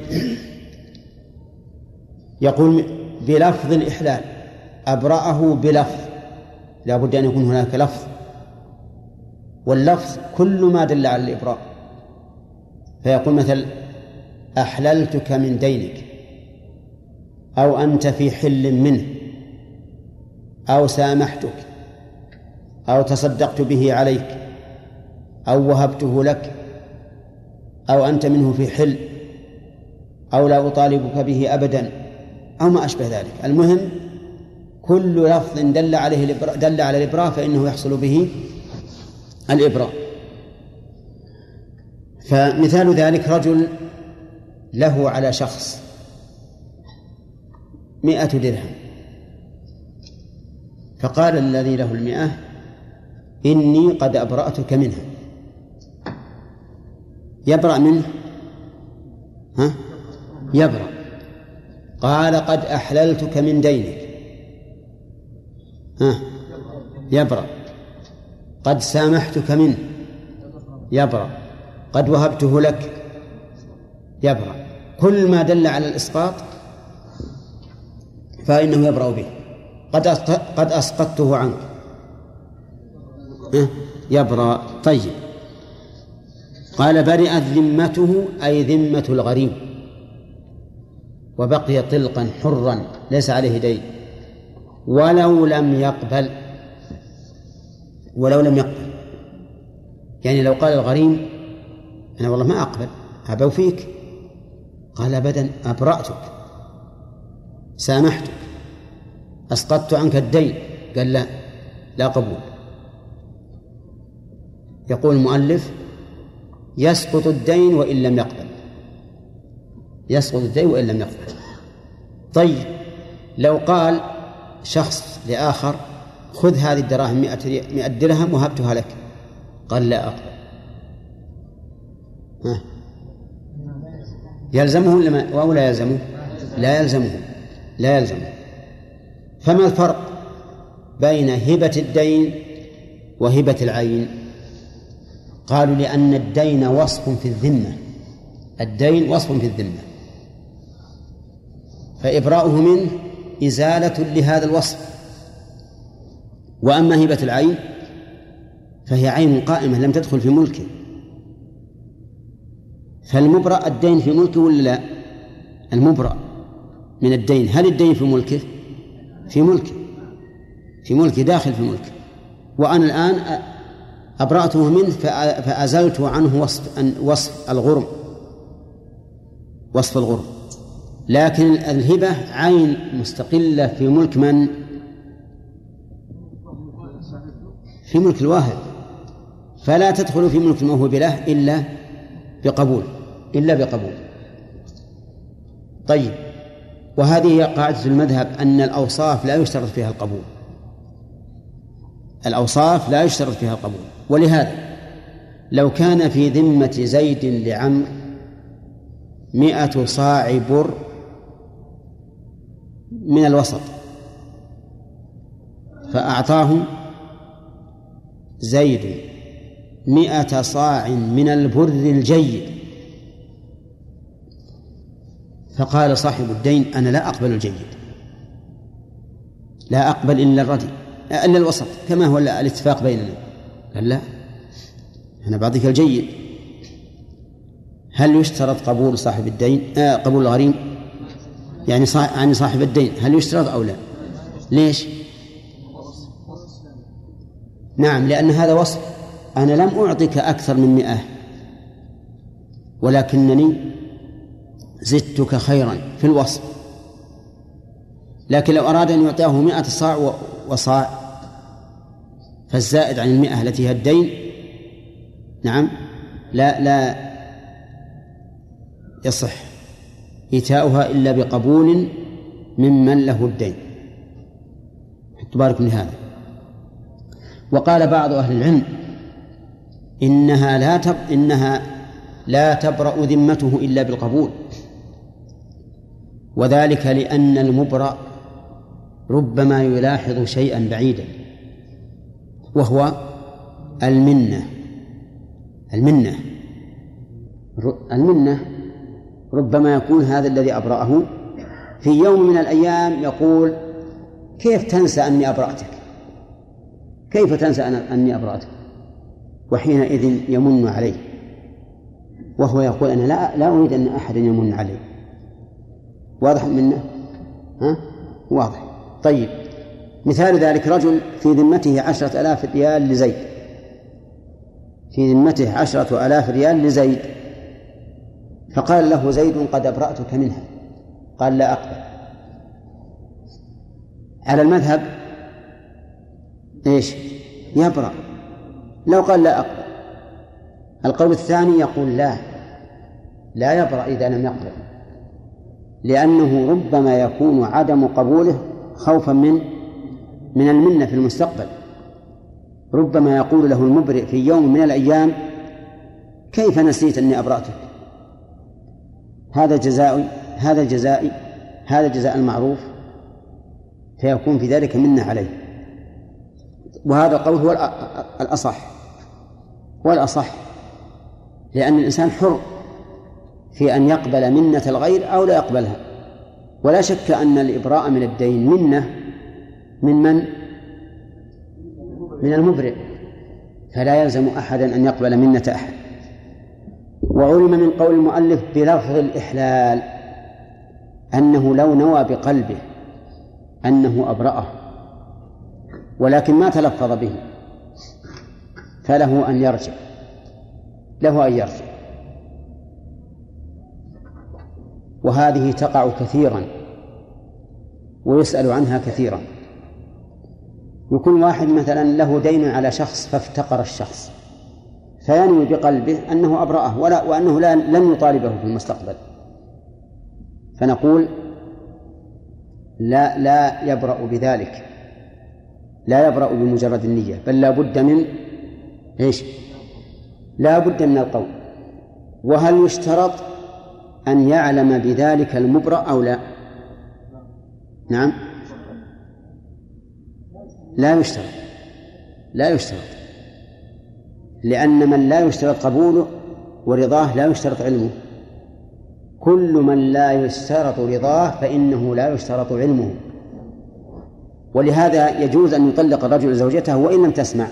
يقول بلفظ الإحلال، أبرأه بلفظ، لا بد أن يكون هناك لفظ، واللفظ كل ما دل على الإبراء. فيقول مثل أحللتك من دينك، أو أنت في حل منه، أو سامحتك، أو تصدقت به عليك، أو وهبته لك، أو أنت منه في حل، أو لا أطالبك به أبدا، أو ما أشبه ذلك. المهم كل لفظ دل عليه الإبراء دل على الإبراء فإنه يحصل به الإبراء. فمثال ذلك رجل له على شخص مئة درهم، فقال الذي له المئة إني قد أبرأتك منها. يبرأ منه؟ ها؟ يبرأ. قال قد أحللتك من دينك، ها؟ يبرأ. قد سامحتك منه، يبرأ. قد وهبته لك، يبرأ. كل ما دل على الإسقاط فإنه يبرأ به. قد قد أسقطته عنك، يبرأ. طيب، قال برئت ذمته أي ذمة الغريم، وبقي طلقا حرا ليس عليه دين، ولو لم يقبل. ولو لم يقبل يعني لو قال الغريم أنا والله ما أقبل، أبو فيك، قال أبدا، أبرأتك، سامحتك، أسقطت عنك الدين، قال لا، لا قبول. يقول المؤلف يسقط الدين وإن لم يقبل، يسقط الدين وإن لم يقبل. طيب، لو قال شخص لآخر خذ هذه الدراهم مئة درهم وهبتها لك، قال لا أقبل، ها. يلزمه أو لا يلزمه؟ لا يلزمه، لا يلزمه. فما الفرق بين هبة الدين وهبة العين؟ قالوا لأن الدين وصف في الذمة، الدين وصف في الذمة، فإبراؤه منه إزالة لهذا الوصف. وأما هبة العين فهي عين قائمة لم تدخل في ملكه، فالمبرأ الدين في ملكه ولا لا؟ المبرأ من الدين، هل الدين في ملكه؟ في ملكه، في ملكه، داخل في ملكه. وأنا الآن أبرأته منه فأزلت عنه وصف وصف الغرم، وصف الغرم. لكن الهبة عين مستقلة في ملك من؟ في ملك الواهب، فلا تدخل في ملك الموهوب له إلا بقبول، إلا بقبول. طيب، وهذه هي قاعدة المذهب أن الأوصاف لا يشترط فيها القبول، الأوصاف لا يشترط فيها القبول. ولهذا لو كان في ذمة زيد لعمرو مئة صاع بر من الوسط فأعطاه زيد مئة صاع من البر الجيد، فقال صاحب الدين أنا لا أقبل الجيد، لا أقبل إلا الردي إلا الوسط كما هو الاتفاق بيننا. قال لا، أنا بعطيك الجيد. هل يشترط قبول صاحب الدين آه قبول الغريم يعني صاحب, يعني صاحب الدين هل يشترط أو لا؟ ليش؟ نعم، لأن هذا وصف، أنا لم أعطيك أكثر من مئة ولكنني زدتك خيرا في الوصف. لكن لو أراد أن يعطيه مئة صاع وصاع فالزائد عن المئة التي هي الدين نعم لا لا يصح إيتاؤها إلا بقبول ممن له الدين. تبارك من هذا. وقال بعض أهل العلم إنها لا تب إنها لا تبرأ ذمته إلا بالقبول، وذلك لأن المبرأ ربما يلاحظ شيئا بعيدا وهو المنة. المنة المنة ربما يكون هذا الذي أبرأه في يوم من الأيام يقول كيف تنسى أني أبرأتك، كيف تنسى أني أبرأتك، وحينئذ يمن عليه وهو يقول أنا لا, لا أريد أن أحد يمن عليه. واضح منه؟ ها؟ واضح. طيب، مثال ذلك رجل في ذمته عشرة آلاف ريال لزيد، في ذمته عشرة آلاف ريال لزيد، فقال له زيد قد أبرأتك منها، قال لا أقبل. على المذهب إيش؟ يبرأ. لو قال لا أقبل، القول الثاني يقول لا لا يبرأ إذا لم يقبل، لأنه ربما يكون عدم قبوله خوفا من من المنة في المستقبل. ربما يقول له المبرئ في يوم من الأيام كيف نسيت أني أبرأتك، هذا جزائي هذا جزائي هذا جزاء المعروف، فيكون في ذلك منة عليه. وهذا القول هو الأصح هو الأصح لأن الإنسان حر في أن يقبل منة الغير أو لا يقبلها. ولا شك أن الإبراء من الدين منة من من؟ من المبرئ، فلا يلزم أحدا أن يقبل منة أحد. وعلم من قول المؤلف بلفظ الإحلال أنه لو نوى بقلبه أنه أبرأه ولكن ما تلفظ به فله أن يرجع له أن يرجع. وهذه تقع كثيرا ويسأل عنها كثيرا. يكون واحد مثلا له دين على شخص فافتقر الشخص فينوي بقلبه أنه أبرأه ولا وأنه لا لن يطالبه في المستقبل، فنقول لا لا يبرأ بذلك، لا يبرأ بمجرد النية، بل لا بد من إيش؟ لا بد من القول. وهل يشترط أن يعلم بذلك المبرأ أو لا؟ نعم، لا يشترط لا يشترط لأن من لا يشترط قبوله ورضاه لا يشترط علمه. كل من لا يشترط رضاه فإنه لا يشترط علمه. ولهذا يجوز أن يطلق الرجل زوجته وإن لم تسمع.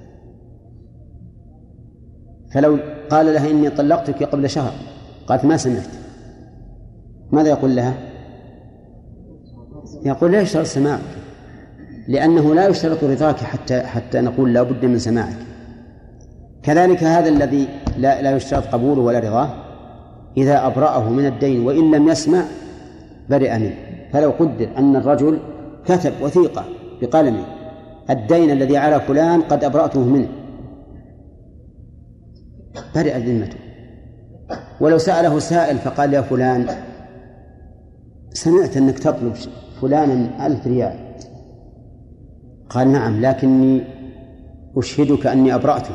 فلو قال لها إني طلقتك قبل شهر قالت ما سمعت، ماذا يقول لها؟ يقول لا يشترط سماعك، لأنه لا يشترط رضاك حتى حتى نقول لا بد من سماعك. كذلك هذا الذي لا, لا يشترط قبوله ولا رضاه إذا أبرأه من الدين وإن لم يسمع برئ منه. فلو قدر أن الرجل كتب وثيقة بقلمه الدين الذي على فلان قد أبرأته منه برئ ذمته. ولو سأله سائل فقال يا فلان سمعت أنك تطلب فلانا ألف ريال. قال نعم، لكني أشهدك أني أبرأته.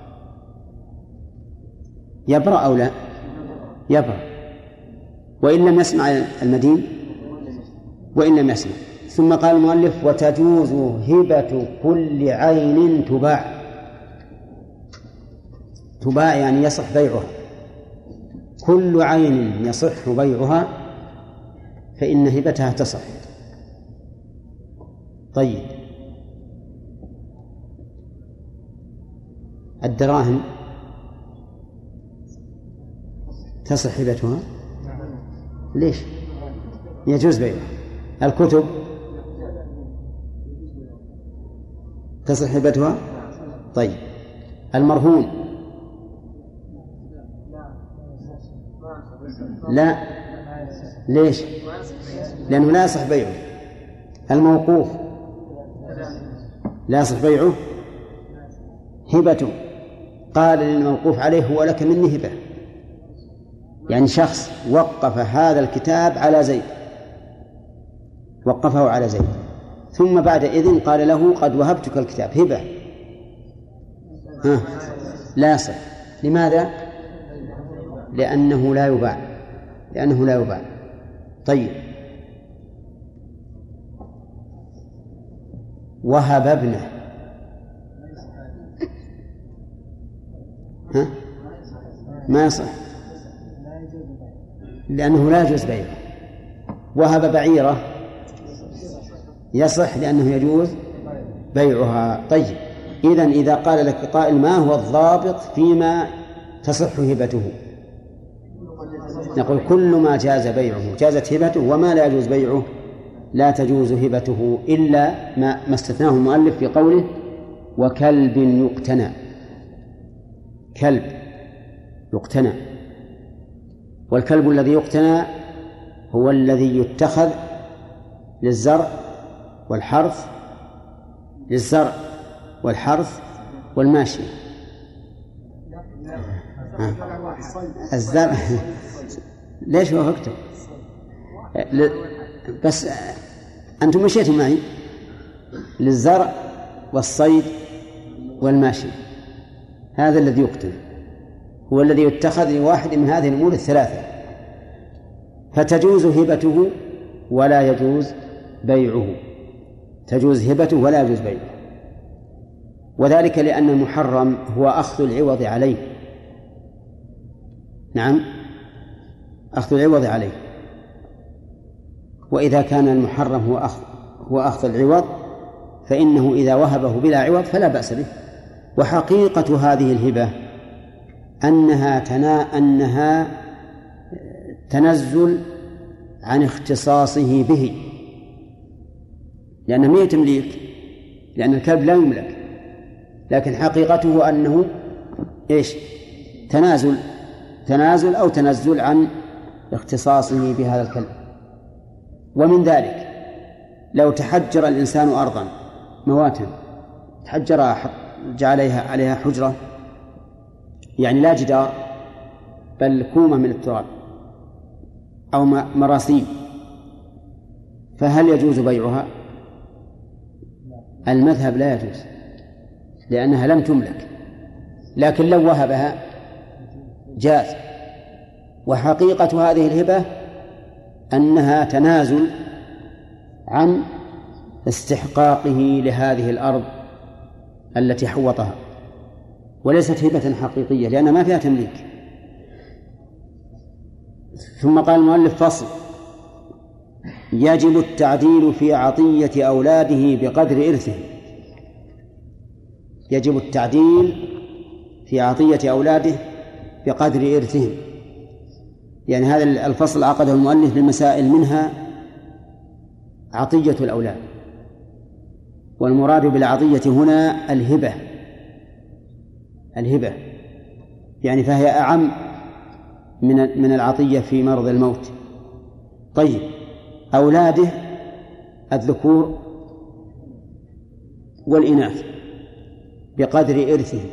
يبرأ أو لا؟ يبرأ، وإن لم يسمع المدين، وإن لم يسمع. ثم قال المؤلف: وتجوز هبة كل عين تباع. تباع يعني يصح بيعها، كل عين يصح بيعها فإن هبتها تصح. طيب، الدراهم تصح هبتها؟ ليش؟ يجوز بيعها. الكتب تصح هبتها؟ طيب، المرهون لا. ليش؟ لأنه لا يصح بيعه. الموقوف لا يصح بيعه، هبته. قال للموقوف عليه: هو لك مني هبة. يعني شخص وقف هذا الكتاب على زيد، وقفه على زيد، ثم بعد إذن قال له: قد وهبتك الكتاب هبة. ها، لا يصح. لماذا؟ لأنه لا يباع، لأنه لا يباع. طيب، وهب ابنه، ها؟ ما يصح، لأنه لا يجوز بيعه. وهب بعيرة يصح، لأنه يجوز بيعها. طيب، إذن إذا قال لك قائل: ما هو الضابط فيما تصح هبته؟ نقول: كل ما جاز بيعه جازت هبته، وما لا يجوز بيعه لا تجوز هبته، إلا ما, ما استثناه المؤلف في قوله: وكلب يقتنى. كلب يقتنى، والكلب الذي يقتنى هو الذي يتخذ للزرع والحرث، للزرع والحرث والماشية. الزرع ليش وافقتم؟ بس أنتم مشيتم معي. للزرع والصيد والماشي، هذا الذي يقتل، هو الذي يتخذ لواحد من هذه الأمور الثلاثة، فتجوز هبته ولا يجوز بيعه. تجوز هبته ولا يجوز بيعه، وذلك لأن المحرم هو أخذ العوض عليه. نعم، أخذ العوض عليه. وإذا كان المحرم هو أخذ هو أخذ العوض، فإنه إذا وهبه بلا عوض فلا بأس به. وحقيقة هذه الهبة أنها تنا أنها تنزل عن اختصاصه به، لأنه ما تمليك، لأن الكلب لا يملك، لكن حقيقته أنه إيش؟ تنازل تنازل أو تنزل عن اختصاصه بهذا الكلب. ومن ذلك لو تحجر الإنسان أرضا مواتا، تحجرها جعل عليها عليها حجرة، يعني لا جدار بل كومة من التراب أو مراسيم، فهل يجوز بيعها؟ المذهب لا يجوز، لأنها لم تملك، لكن لو وهبها جاز. وحقيقة هذه الهبة أنها تنازل عن استحقاقه لهذه الأرض التي حوطها، وليست هبة حقيقية لأن ما فيها تمليك. ثم قال المؤلف: فصل: يجب التعديل في عطية أولاده بقدر إرثهم. يجب التعديل في عطية أولاده بقدر إرثهم، يعني هذا الفصل عقده المؤلف للمسائل، منها عطية الأولاد، والمراد بالعطية هنا الهبة. الهبة يعني فهي أعم من من العطية في مرض الموت. طيب، أولاده الذكور والإناث بقدر إرثهم،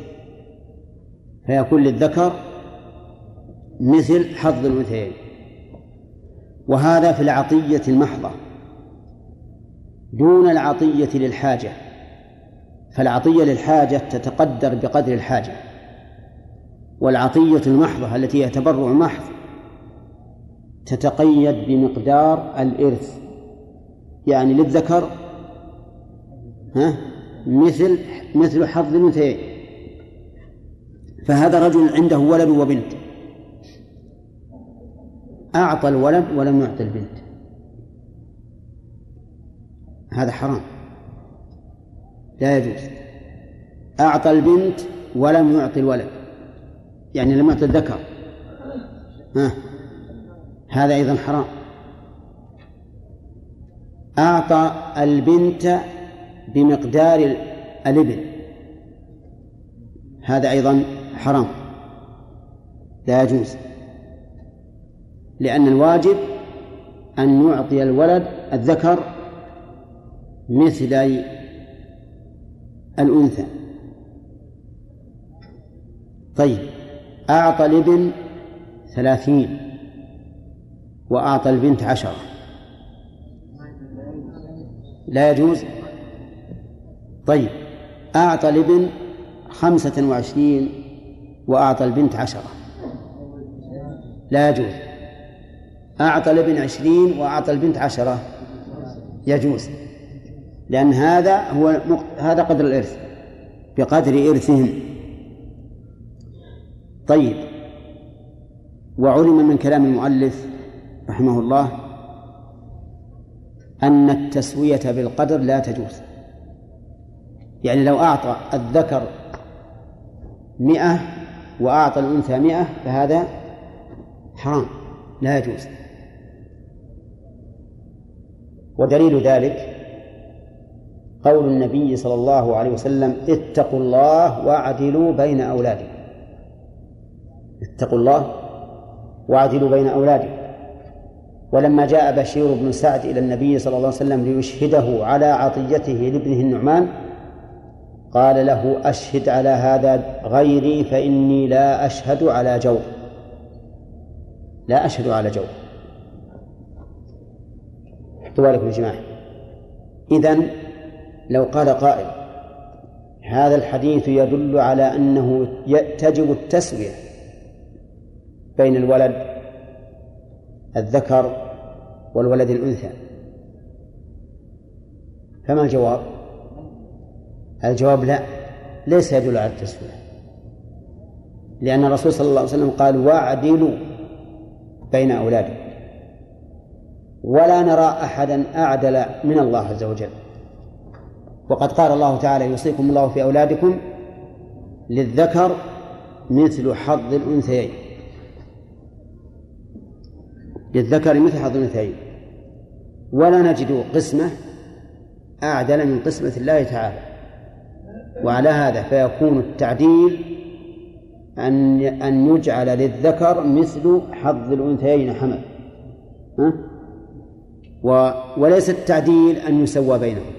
فيكون للذكر مثل حظ الأنثيين. وهذا في العطية المحضة دون العطية للحاجة، فالعطية للحاجة تتقدر بقدر الحاجة، والعطية المحضة التي هي تبرع محض تتقيد بمقدار الإرث، يعني للذكر ها مثل مثل حظ الأنثيين. فهذا رجل عنده ولد وبنت، أعطى الولد ولم يعطي البنت، هذا حرام لا يجوز. أعطى البنت ولم يعطي الولد، يعني لم يعطي الذكر، ها هذا أيضا حرام. أعطى البنت بمقدار الابن، هذا أيضا حرام لا يجوز، لأن الواجب أن يعطي الولد الذكر مثل الأنثى. طيب أعطى الابن ثلاثين وأعطى البنت عشرة، لا يجوز. طيب أعطى الابن خمسة وعشرين وأعطى البنت عشرة، لا يجوز. أعطى الابن عشرين وأعطى البنت عشرة، يجوز، لأن هذا هو مق... هذا قدر الإرث بقدر إرثهم. طيب وعلم من كلام المؤلف رحمه الله أن التسوية بالقدر لا تجوز، يعني لو أعطى الذكر مئة وأعطى الأنثى مئة فهذا حرام لا يجوز. ودليل ذلك قول النبي صلى الله عليه وسلم اتقوا الله واعدلوا بين أولادكم، اتقوا الله واعدلوا بين أولادكم. ولما جاء بشير بن سعد إلى النبي صلى الله عليه وسلم ليشهده على عطيته لابنه النعمان قال له أشهد على هذا غيري فإني لا أشهد على جور، لا أشهد على جور. احتوى لكم الجماعة. إذن لو قال قائل هذا الحديث يدل على أنه تجب التسوية بين الولد الذكر والولد الأنثى، فما الجواب؟ الجواب لا، ليس يدل على التسوية، لأن الرسول صلى الله عليه وسلم قال واعدلوا بين أولادكم، ولا نرى أحدا أعدل من الله عز وجل. وقد قال الله تعالى يوصيكم الله في أولادكم للذكر مثل حظ الأنثيين، للذكر مثل حظ الأنثيين، ولا نجد قسمة أعدل من قسمة الله تعالى. وعلى هذا فيكون التعديل أن أن يجعل للذكر مثل حظ الأنثيين حمل، ها؟ وليس التعديل أن يسوى بينهم.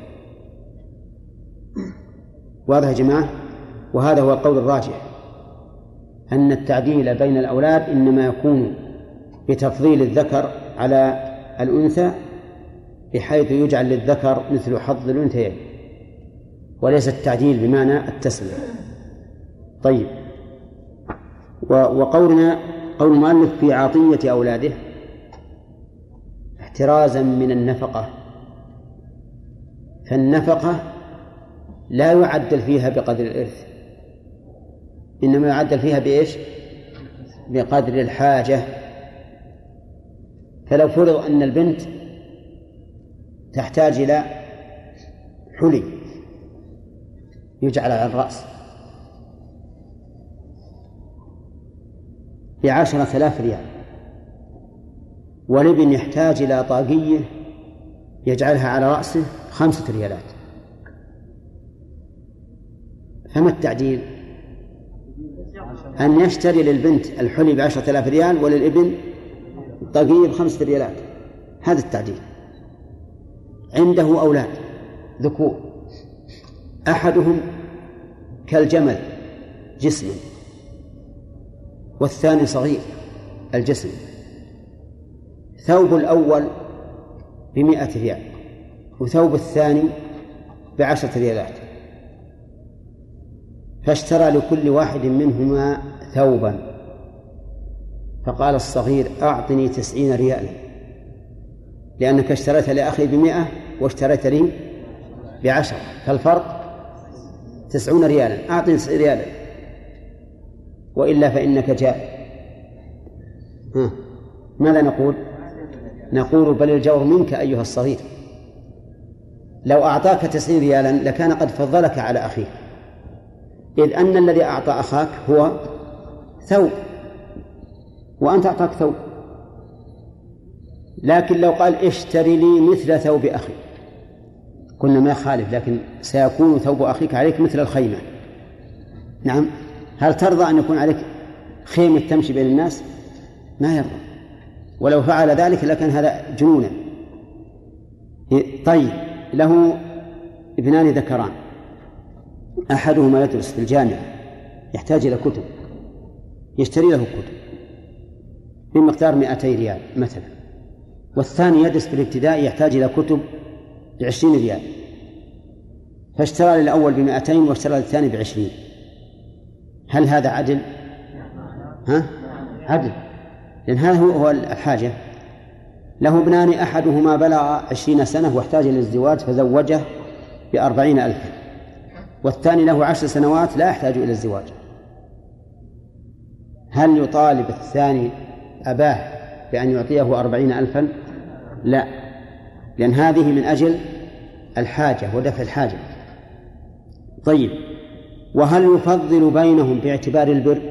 واضح يا جماعة؟ وهذا هو القول الراجح، أن التعديل بين الأولاد إنما يكون بتفضيل الذكر على الأنثى بحيث يجعل للذكر مثل حظ الأنثيين، وليس التعديل بمعنى التسوية. طيب وقولنا قول المؤلف في عطية أولاده احترازا من النفقة، فالنفقة لا يعدل فيها بقدر الإرث، إنما يعدل فيها بإيش؟ بقدر الحاجة. فلو فرض أن البنت تحتاج إلى حلي يجعل على الرأس بعشرة آلاف ريال، والابن يحتاج إلى طاقية يجعلها على رأسه خمسة ريالات، فما التعديل؟ أن يشتري للبنت الحلي بعشرة آلاف ريال وللابن طاقية بخمسة ريالات، هذا التعديل. عنده أولاد ذكور، أحدهم كالجمل جسما والثاني صغير الجسم، ثوب الأول بمئة ريال وثوب الثاني بعشرة ريالات، فاشترى لكل واحد منهما ثوبا، فقال الصغير أعطني تسعين ريالا لأنك اشتريت لأخي بمئة واشتريت لي بعشرة، فالفرق تسعون ريالا، أعطني تسعين ريالا وإلا فإنك جاء. ها. ماذا نقول؟ نقول بل الجور منك أيها الصغير، لو أعطاك تسعين ريالا لكان قد فضلك على أخيه، إذ أن الذي أعطى أخاك هو ثوب وأنت أعطاك ثوب، لكن لو قال اشتري لي مثل ثوب أخي قلنا ما يخالف، لكن سيكون ثوب أخيك عليك مثل الخيمة. نعم، هل ترضى أن يكون عليك خيمة تمشي بين الناس؟ ما يرضى، ولو فعل ذلك لكن هذا جنونا. طيب، له ابنان ذكران، أحدهما يدرس في الجامعة يحتاج إلى كتب، يشتري له كتب بمقدار مئتي ريال مثلا، والثاني يدرس في الابتدائي يحتاج إلى كتب بعشرين ريال، فاشترى للأول بمئتين واشترى للثاني بعشرين، هل هذا عدل؟ ها؟ عدل، لأن هذا هو الحاجة. له ابنان أحدهما بلغ عشرين سنة واحتاج للزواج فزوجه بأربعين ألفا، والثاني له عشر سنوات لا يحتاج إلى الزواج، هل يطالب الثاني أباه بأن يعطيه أربعين ألفا؟ لا، لأن هذه من أجل الحاجة ودفع الحاجة. طيب، وهل يفضل بينهم باعتبار البر؟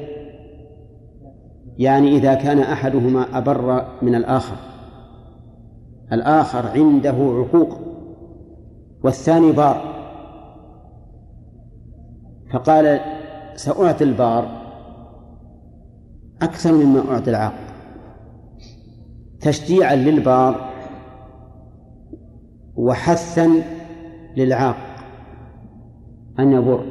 يعني إذا كان أحدهما أبر من الآخر، الآخر عنده عقوق والثاني بار، فقال سأعطي البار أكثر مما أعطي العاق تشجيعا للبار وحثا للعاق أن يبر،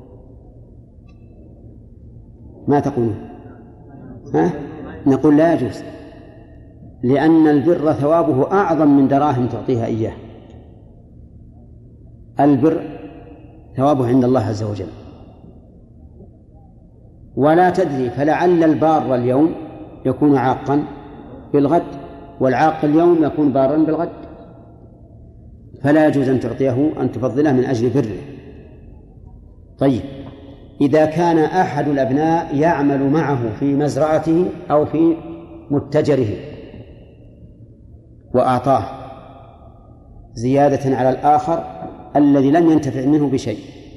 ما تقولون؟ ها؟ نقول لا يجوز، لأن البر ثوابه أعظم من دراهم تعطيها إياه، البر ثوابه عند الله عز وجل، ولا تدري فلعل البار اليوم يكون عاقا بالغد، والعاق اليوم يكون بارا بالغد، فلا يجوز أن تعطيه أن تفضله من أجل بره. طيب، إذا كان أحد الأبناء يعمل معه في مزرعته أو في متجره وأعطاه زيادة على الآخر الذي لم ينتفع منه بشيء،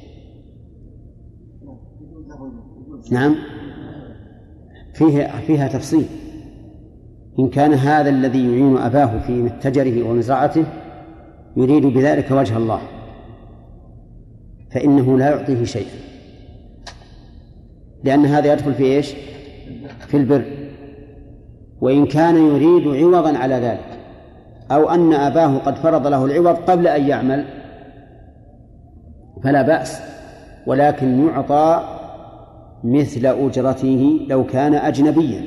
نعم، فيه فيها تفصيل. إن كان هذا الذي يعين أباه في متجره ومزرعته يريد بذلك وجه الله فإنه لا يعطيه شيئا، لأن هذا يدخل في إيش؟ في البر. وإن كان يريد عوضا على ذلك أو أن أباه قد فرض له العوض قبل أن يعمل فلا بأس، ولكن يعطى مثل أجرته لو كان أجنبيا.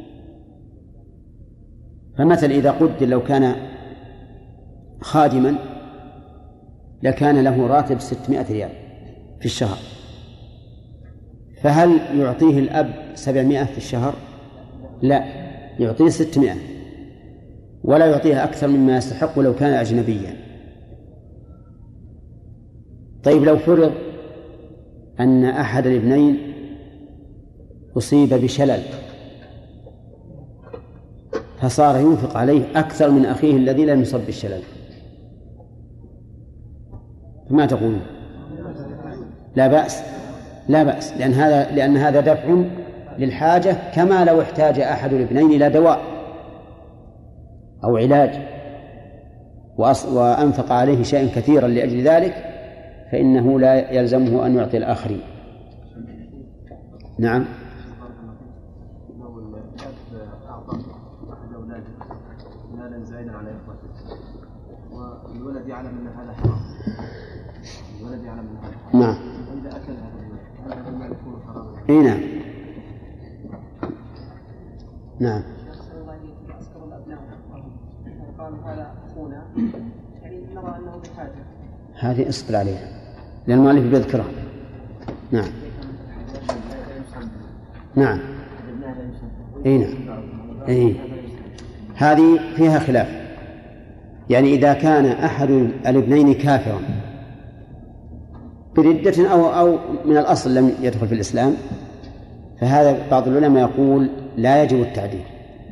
فمثل إذا قدر لو كان خادما لكان له راتب ستمائة ريال في الشهر، فهل يعطيه الأب سبعمائة في الشهر؟ لا، يعطيه ستمائة ولا يعطيه أكثر مما يستحق لو كان أجنبيا. طيب، لو فرض أن أحد الابنين أصيب بشلل فصار ينفق عليه أكثر من أخيه الذي لم يصب بالشلل، فما تقولون؟ لا بأس، لا بأس، لأن هذا لأن هذا دفع للحاجة، كما لو احتاج أحد الابنين إلى دواء أو علاج وأنفق عليه شيئا كثيرا لأجل ذلك فإنه لا يلزمه أن يعطي الآخرين. نعم. لو الأب أعطى أحد أولاده مالا زائدا على إخوته والولد يعلم أن هذا حرام، الولد يعلم أن هذا حرام، نعم، فإذا أكل هذا هذا المال يكون حراما. إيه نعم. نعم. قال هذا أخونا يعني نرى أنه بحاجة. هذه اصبر عليها لأن المؤلف بيذكرها. نعم نعم اي نعم اي هذه فيها خلاف. يعني إذا كان أحد الابنين كافرا بردة أو أو من الأصل لم يدخل في الإسلام فهذا بعض العلماء يقول لا يجب التعديل،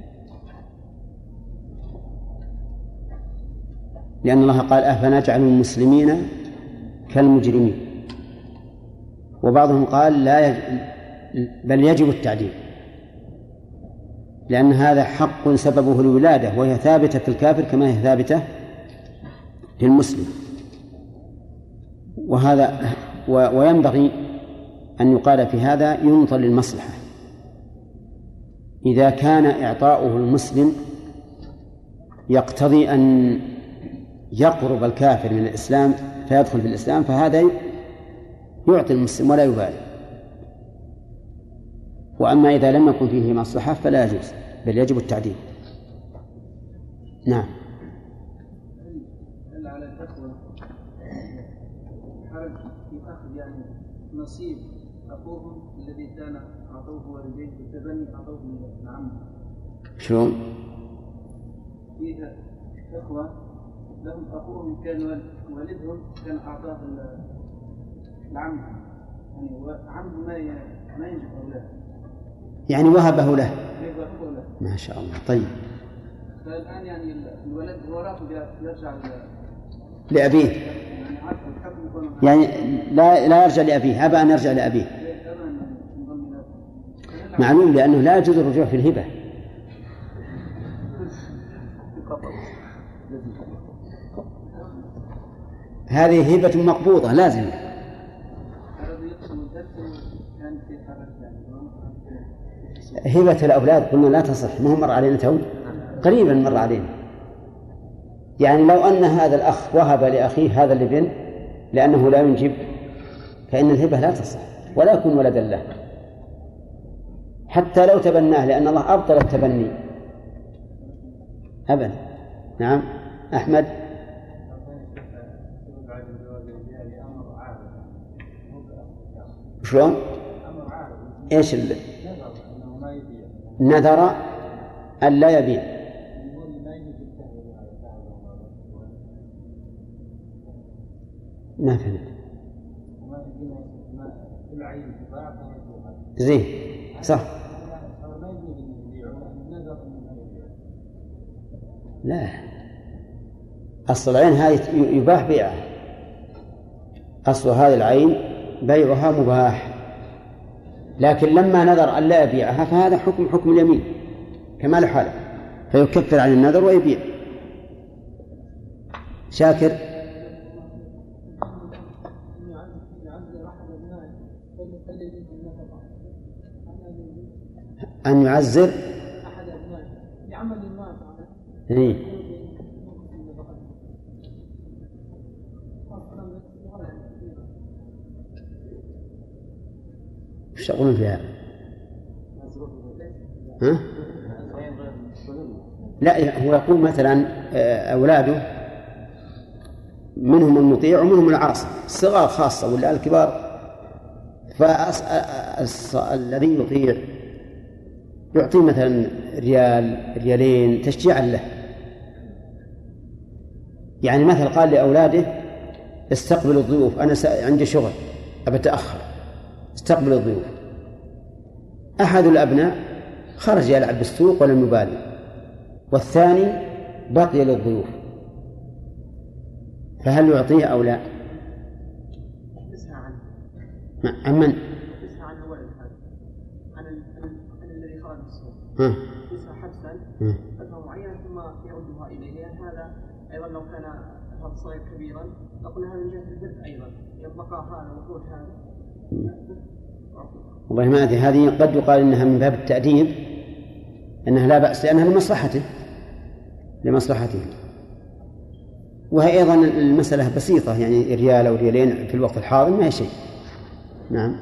لأن الله قال أفنجعل المسلمين كالمجرمين، وبعضهم قال لا يجب بل يجب التعديل، لأن هذا حق سببه الولادة وهي ثابتة في الكافر كما هي ثابتة في المسلم. وهذا وينبغي أن يقال في هذا ينظر للمصلحة. إذا كان إعطاؤه المسلم يقتضي أن يقرب الكافر من الإسلام فيدخل في الإسلام فهذا يعطي المسلم ولا يبالي. وأما إذا لم يكن فيه مصلحة فلا يجوز بل يجب التعديل. نعم. هل على الأخوة حرج في أخذ يعني نصيب أخوهم الذي كان أعطوه والديه بالتبني أعطوه من عمه؟ شلون؟ فيها إخوة لهم أخوهم كان والدهم كان أعطاه العم يعني وعمه ما ما ينجب أولاده يعني وهبه له. ما شاء الله. طيب فالآن يعني الولد وراثه يرجع لأبيه يعني لا لا يرجع لأبيه، أبى أن يرجع لأبيه معلوم، لأنه لا يجوز الرجوع في الهبة. هذه هبة مقبوضة لازم. هبة الأولاد قلنا لا تصح، ما هو مر علينا تو قريبا مر علينا. يعني لو أن هذا الأخ وهب لأخيه هذا الابن لأنه لا ينجب فإن الهبة لا تصح ولا يكون ولدا له حتى لو تبناه، لأن الله أبطل التبني أبدا. نعم أحمد. شلون؟ إيش اللي نذر أن لا يبيع؟ ما فهمت. زين صح. لا أصل العين هذه يباح بيعها، أصل هذه العين بيعها مباح، لكن لما نذر أن لا يبيعها فهذا حكم حكم اليمين كما له حاله فيكفر عن النذر ويبيع. شاكر. أن يعزر أحد أبنائه لعمل ما فعله. ايش تقولون فيها؟ ها؟ لا هو يقول مثلا أولاده منهم المطيع ومنهم العاصي، الصغار خاصة ولا الكبار، فالذي يطيع يعطيه مثلا ريال ريالين تشجيعا له. يعني مثل قال لأولاده استقبلوا الضيوف، أنا عندي شغل أبى أتأخر، استقبلوا الضيوف. أحد الأبناء خرج يلعب بالسوق ولم يبالي، والثاني بقي للضيوف، فهل يعطيه أو لا؟ عن من؟ عن الولد هذا، عن الذي خرج بالسوق. يسعى حبسا فترة معينة ثم يردها إليه، لأن هذا أيضا لو كان هذا الصغير كبيرا نقول هذا من جهة البر أيضا، يبقى هذا وجود هذا. والله ما أدري، هذه قد يقال إنها من باب التأديب، أنها لا بأس لأنها لمصلحته لمصلحته وهي أيضا المسألة بسيطة، يعني ريال أو ريالين في الوقت الحاضر ما هي شيء. نعم.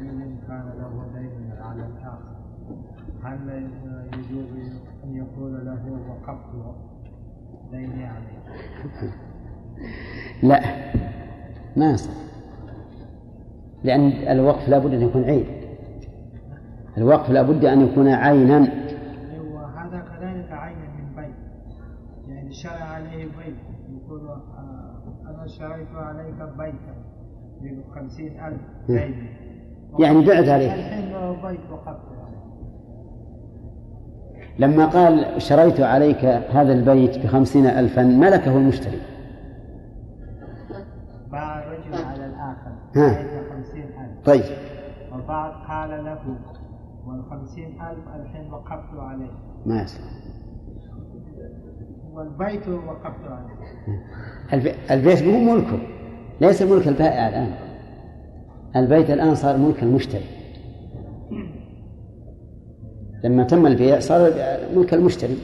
كان له دين على الآخر، هل يجوز أن يقول له أنه وقفت ديني عليه. لا ما يصح، لأن الوقف لا بد أن يكون عين، الوقف لا بد أن يكون عينا. وهذا كذلك عينا من بيت، يعني شرع عليه بيت، يقول أنا شريت عليك بيتا بخمسين ألف دين، يعني بعت عليه. بيت وقفت عليه. لما قال شريت عليك هذا البيت بخمسين ألفا ملكه المشتري، باع رجل على الآخر بخمسين ألف. طيب. وبعد قال له والخمسين ألف الحين وقفت عليه. ما يصح. والبيت وقفت عليه. البيت مو ملكه، ليس ملك البائع الآن، البيت الآن صار ملك المشتري. لما تم البيع صار ملك المشتري.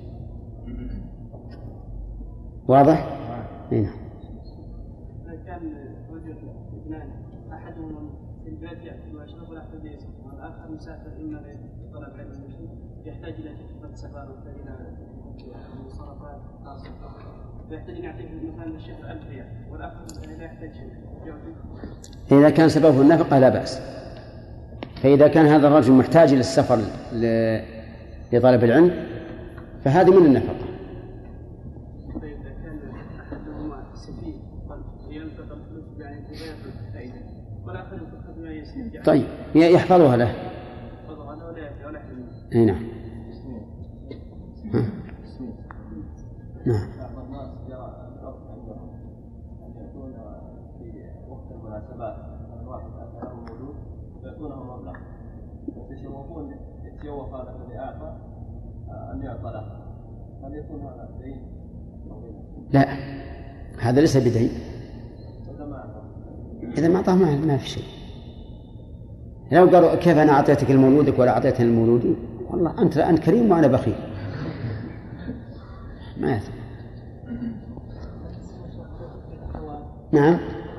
واضح؟ نعم. إذا كان رجل اثنان أحدهما في البيت يأكل ويشرب ولا يحتاج يسافر، والآخر مسافر إما لطلب علم المشي يحتاج إلى تكلفة سفر ويحتاج إلى مصارفات خاصة، فيحتاج أن يعطيه مثلا الشهر ألف ريال، والآخر لا يحتاج شيء. إذا كان سببه النفقة لا بأس. فإذا كان هذا الرجل محتاج للسفر لطلب العلم فهذه من النفقة. فإذا كان أحدهما سفيه ينفق الفلوس يعني تبايع الفائدة والآخر ينفق بما يستطيع. طيب يحفظها له. يحفظها له ولا ولا يحرمه. أي نعم. نعم. بعض الناس يرى الأرض عندهم أن يكون في وقت المناسبات الواحد أثره موجود ويعطونه مبلغ، يتشوفون يتشوف هذا الذي أعطى أن يعطى له، هل يكون هذا دين؟ لا هذا ليس بدين. إذا ما أعطاه ما ما في شيء. لو قالوا كيف أنا أعطيتك المولودك ولا أعطيتني المولودي، والله أنت أنت كريم وأنا بخيل، ما يثم. نعم.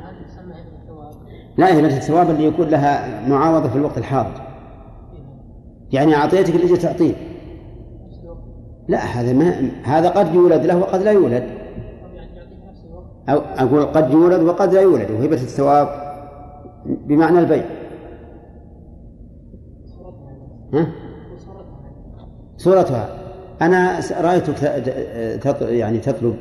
لا هي الثواب اللي يكون لها معاوضة في الوقت الحاضر، يعني أعطيتك اللي جيت تعطيه. لا هذا ما هذا قد يولد له وقد لا يولد، أو أقول قد يولد وقد لا يولد، وهبة الثواب بمعنى البيع. ها؟ صورتها أنا رأيتك يعني تطلب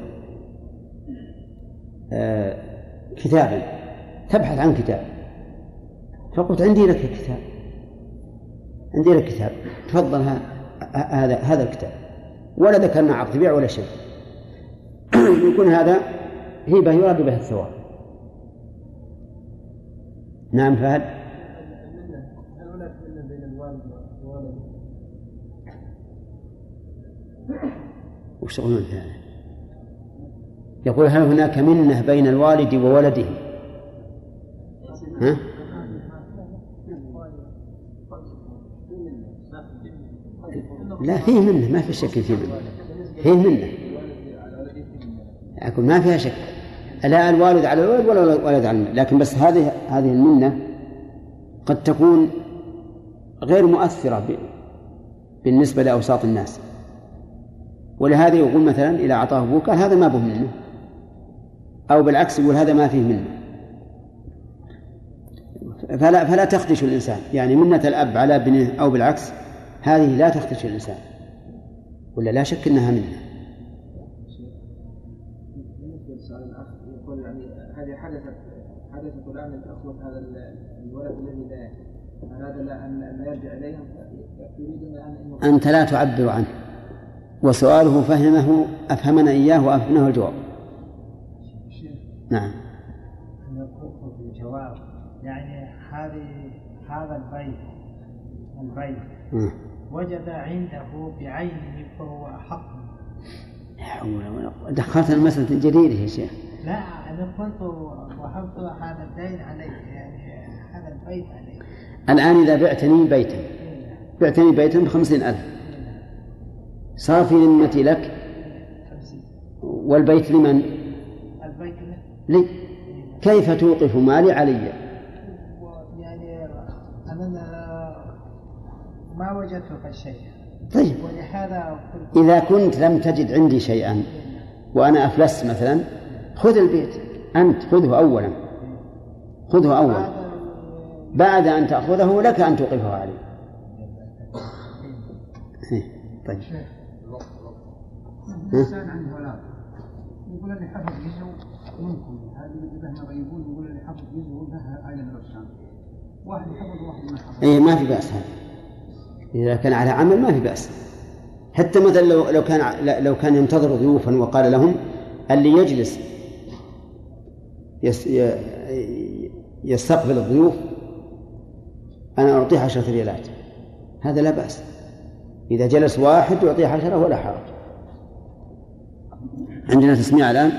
كتابا، تبحث عن كتاب، فقلت عندي لك كتاب، عندي لك كتاب، تفضل هذا هذا الكتاب، ولا ذكرنا عقد بيع ولا شيء. يكون هذا هبة يراد بها الثواب. نعم فهد. وش تقولون في هذا؟ يقول هل هناك منة بين الوالد وولده؟ ها؟ لا فيه منة، ما في شك فيه منة، فيه منة، أقول ما فيها شك، لا الوالد على الولد ولا الولد على الولد، لكن بس هذه هذه المنة قد تكون غير مؤثرة بالنسبة لأوساط الناس، ولهذا يقول مثلا إذا أعطاه أبوه قال هذا ما به منه، أو بالعكس يقول هذا ما فيه منه. فلا فلا تخدش الإنسان، يعني منة الأب على ابنه أو بالعكس هذه لا تخدش الإنسان، ولا لا شك أنها منه. بالنسبة للسؤال الأخ يقول يعني هذه حدثت حدثت الآن الأخوة هذا الولد الذي لا هذا لا أن يرجع إليهم، يريدون أن أنت لا تعبر عنه، وسؤاله فهمه أفهمنا إياه وأفهمناه الجواب. نعم. نقول في الجواب يعني هذه هذا البيت البيت م. وجد عنده بعينه فهو أحق. لا حول ولا قوة، دخلت المسألة الجديدة يا شيخ. لا أنا قلت وحفظ هذا الدين عليه، يعني هذا البيت عليه. الآن إذا بعتني بيتا بعتني بيتا بخمسين ألف صار في ذمتي لك، والبيت لمن؟ البيت لي. كيف توقف مالي علي؟ يعني أنا ما وجدت شيء، طيب إذا كنت لم تجد عندي شيئا وأنا أفلست مثلا، خذ البيت أنت، خذه أولا، خذه أولا، بعد أن تأخذه لك أن توقفه عليه. طيب الإنسان عنده أولاد يقول اللي حفظ جزء منكم هذه اللي غيبون، يقول اللي حفظ جزء وله على الرسام، واحد يحفظ وواحد ما يحفظ. إيه ما في بأس هذا، إذا كان على عمل ما في بأس. حتى مثلا لو لو كان لو كان ينتظر ضيوفا وقال لهم اللي يجلس يستقبل الضيوف أنا أعطيه عشرة ريالات، هذا لا بأس. إذا جلس واحد يعطيه عشرة ولا حرج. عندنا تسميع الآن.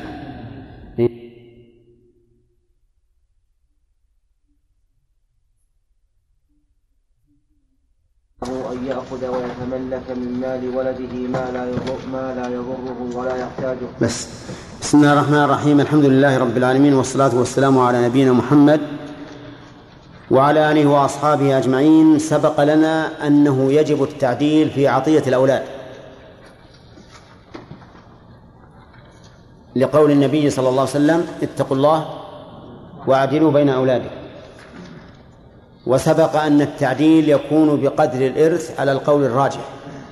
أن يأخذ ويتملك من مال ولده ما لا يضر ما لا يضره ولا يحتاجه. بس بسم الله الرحمن الرحيم، الحمد لله رب العالمين، والصلاة والسلام على نبينا محمد وعلى آله وأصحابه أجمعين. سبق لنا أنه يجب التعديل في عطية الأولاد لقول النبي صلى الله عليه وسلم اتقوا الله واعدلوا بين أولادكم. وسبق أن التعديل يكون بقدر الإرث على القول الراجح،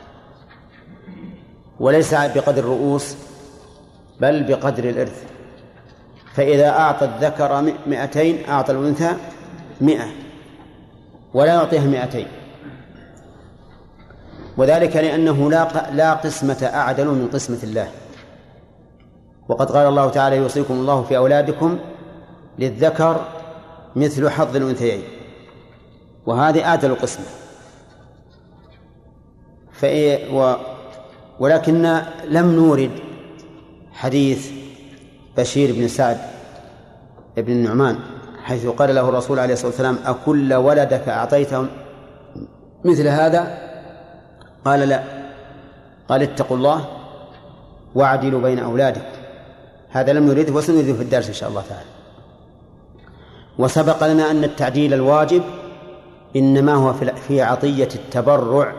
وليس بقدر الرؤوس بل بقدر الإرث. فإذا أعطى الذكر مئتين أعطى الأنثى مئة ولا يعطيها مئتين، وذلك لأنه لا لا قسمة أعدل من قسمة الله. وقد قال الله تعالى يوصيكم الله في أولادكم للذكر مثل حظ الأنثيين، وهذه أعدل قسمة. و... ولكن لم نورد حديث بشير بن سعد بن النعمان حيث قال له الرسول عليه الصلاة والسلام أكل ولدك أعطيته مثل هذا؟ قال لا، قال اتقوا الله واعدلوا بين أولادكم. هذا لم نريده وسنريده في الدرس إن شاء الله تعالى. وسبق لنا أن التعديل الواجب إنما هو في عطية التبرع،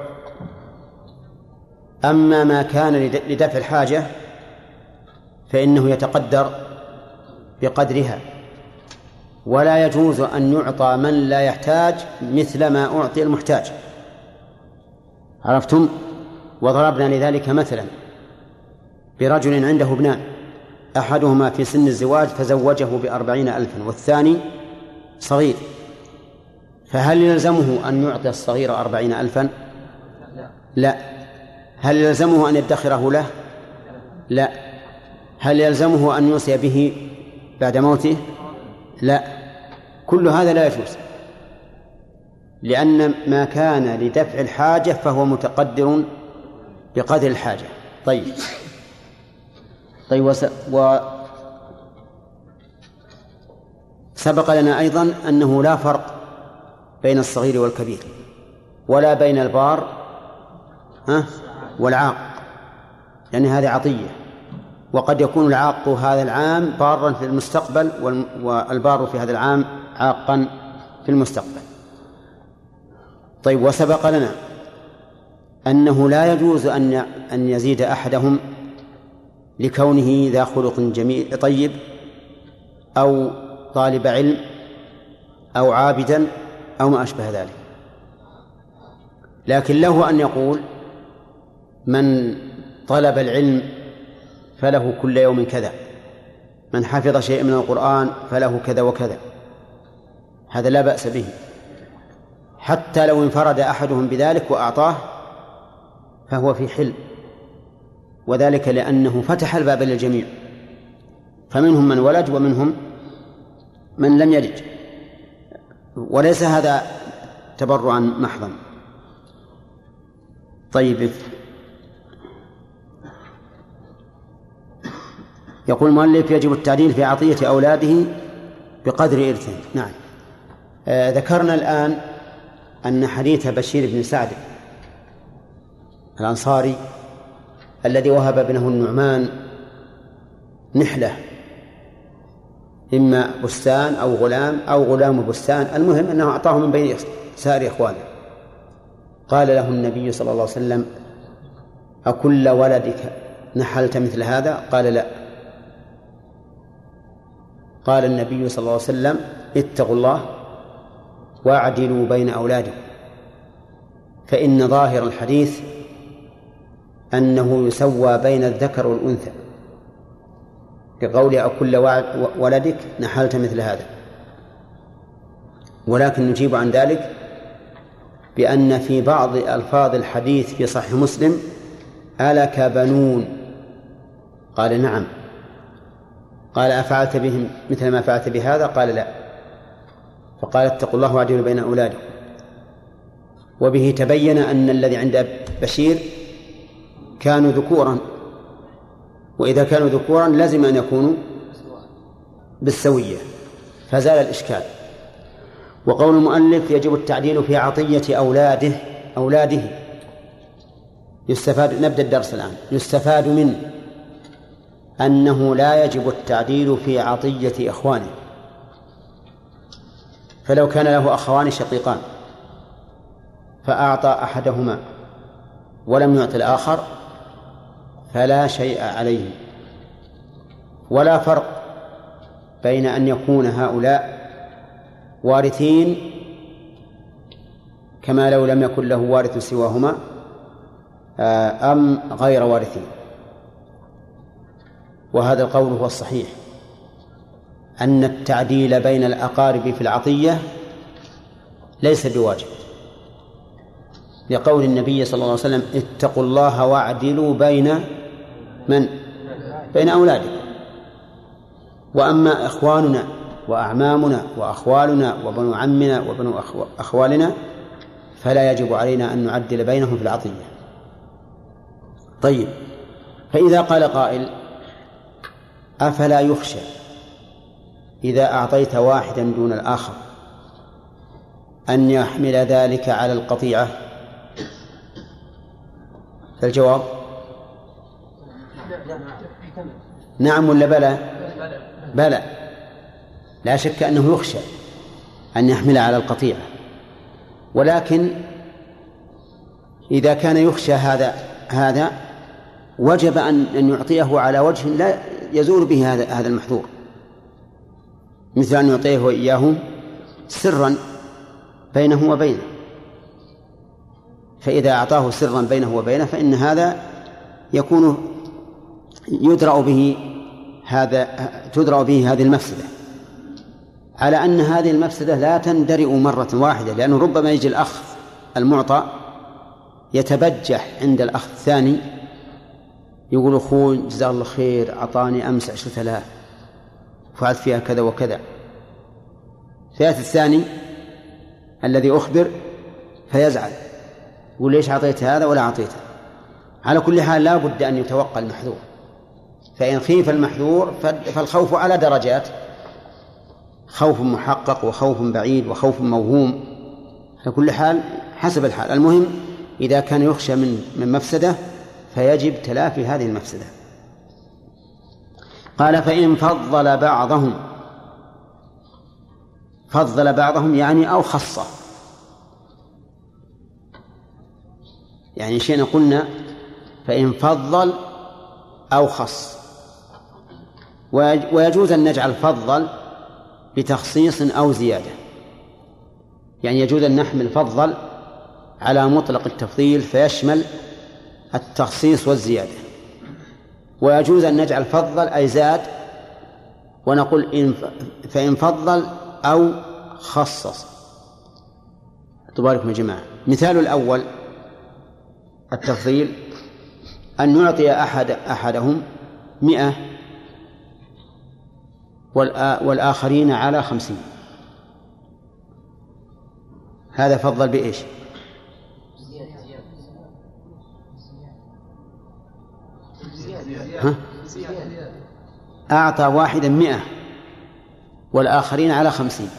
أما ما كان لدفع الحاجة فإنه يتقدر بقدرها، ولا يجوز أن يعطى من لا يحتاج مثل ما أعطي المحتاج. عرفتم؟ وضربنا لذلك مثلا برجل عنده ابنان، أحدهما في سن الزواج فزوجه بأربعين ألفا والثاني صغير، فهل يلزمه أن يعطي الصغير أربعين ألفا؟ لا. هل يلزمه أن يدخره له؟ لا. هل يلزمه أن يوصي به بعد موته؟ لا. كل هذا لا يجوز، لأن ما كان لدفع الحاجة فهو متقدر بقدر الحاجة. طيب طيب وس... وسبق لنا أيضا أنه لا فرق بين الصغير والكبير، ولا بين البار ها والعاق، يعني هذه عطية، وقد يكون العاق هذا العام بارا في المستقبل والبار في هذا العام عاقا في المستقبل. طيب وسبق لنا أنه لا يجوز أن أن يزيد أحدهم لكونه ذا خلق جميل طيب أو طالب علم أو عابدا أو ما أشبه ذلك، لكن له أن يقول من طلب العلم فله كل يوم كذا، من حفظ شيء من القرآن فله كذا وكذا، هذا لا بأس به، حتى لو انفرد أحدهم بذلك وأعطاه فهو في حل، وذلك لأنه فتح الباب للجميع، فمنهم من ولد ومنهم من لم يلد، وليس هذا تبرعا محضا. طيب يقول المؤلف يجب التعديل في عطية أولاده بقدر إرثه. نعم. آه ذكرنا الآن أن حديث بشير بن سعد الأنصاري الذي وهب ابنه النعمان نحلة، إما بستان أو غلام أو غلام بستان، المهم أنه أعطاه من بين سائر إخوانه. قال له النبي صلى الله عليه وسلم أكل ولدك نحلت مثل هذا؟ قال لا. قال النبي صلى الله عليه وسلم اتقوا الله واعدلوا بين أولادكم، فإن ظاهر الحديث أنه يسوى بين الذكر والأنثى، بقول أكل ولدك نحلت مثل هذا. ولكن نجيب عن ذلك بأن في بعض ألفاظ الحديث في صحيح مسلم ألك بنون، قال نعم. قال أفعلت بهم مثل ما فعلت بهذا؟ قال لا. فقال اتقوا الله واعدلوا بين أولادكم. وبه تبين أن الذي عند بشير كانوا ذكورا، وإذا كانوا ذكورا لازم أن يكونوا بالسوية، فزال الإشكال. وقول المؤلف يجب التعديل في عطية أولاده أولاده يستفاد، نبدأ الدرس الآن. يستفاد منه أنه لا يجب التعديل في عطية إخوانه، فلو كان له أخوان شقيقان فأعطى أحدهما ولم يعطي الآخر فلا شيء عليه، ولا فرق بين أن يكون هؤلاء وارثين كما لو لم يكن له وارث سواهما أم غير وارثين. وهذا القول هو الصحيح، أن التعديل بين الأقارب في العطية ليس بواجب، لقول النبي صلى الله عليه وسلم اتقوا الله واعدلوا بين من؟ بين أولادكم. وأما إخواننا وأعمامنا وأخوالنا وبنو عمنا وبنو أخوالنا فلا يجب علينا أن نعدل بينهم في العطية. طيب، فإذا قال قائل أفلا يخشى إذا أعطيت واحدا دون الآخر أن يحمل ذلك على القطيعة؟ فالجواب نعم ولا بلى؟ بلى، لا شك أنه يخشى أن يحمل على القطيعة، ولكن إذا كان يخشى هذا هذا وجب أن أن يعطيه على وجه لا يزول به هذا هذا المحذور، مثل أن يعطيه وإياه سرا بينه وبينه، فإذا أعطاه سرا بينه وبينه فإن هذا يكون يدرأ به هذا تدرأ به هذه المفسدة، على أن هذه المفسدة لا تندرئ مرة واحدة، لأنه ربما يجي الأخ المعطى يتبجح عند الأخ الثاني يقول أخوي جزاه الله خير أعطاني أمس عشرة آلاف فعلت فيها كذا وكذا، فيأتي الثاني الذي أخبر فيزعل يقول ليش أعطيت هذا ولا أعطيته. على كل حال لا بد أن يتوقع المحذور، فإن خيف المحذور فالخوف على درجات، خوف محقق وخوف بعيد وخوف موهوم، على كل حال حسب الحال. المهم إذا كان يخشى من من مفسدة فيجب تلافي هذه المفسدة. قال فإن فضل بعضهم، فضل بعضهم يعني أو خصه، يعني شيء قلنا فإن فضل أو خص، ويجوز أن نجعل فضل بتخصيص أو زيادة، يعني يجوز أن نحمل فضل على مطلق التفضيل فيشمل التخصيص والزيادة، ويجوز أن نجعل فضل أي زاد ونقول إن فإن فضل أو خصص. تباركم يا جماعة. مثال الأول التفضيل أن نعطي أحد أحدهم مئة والآخرين على خمسين، هذا فضل بإيش؟ ها؟ أعطى واحدا مئة والآخرين على خمسين،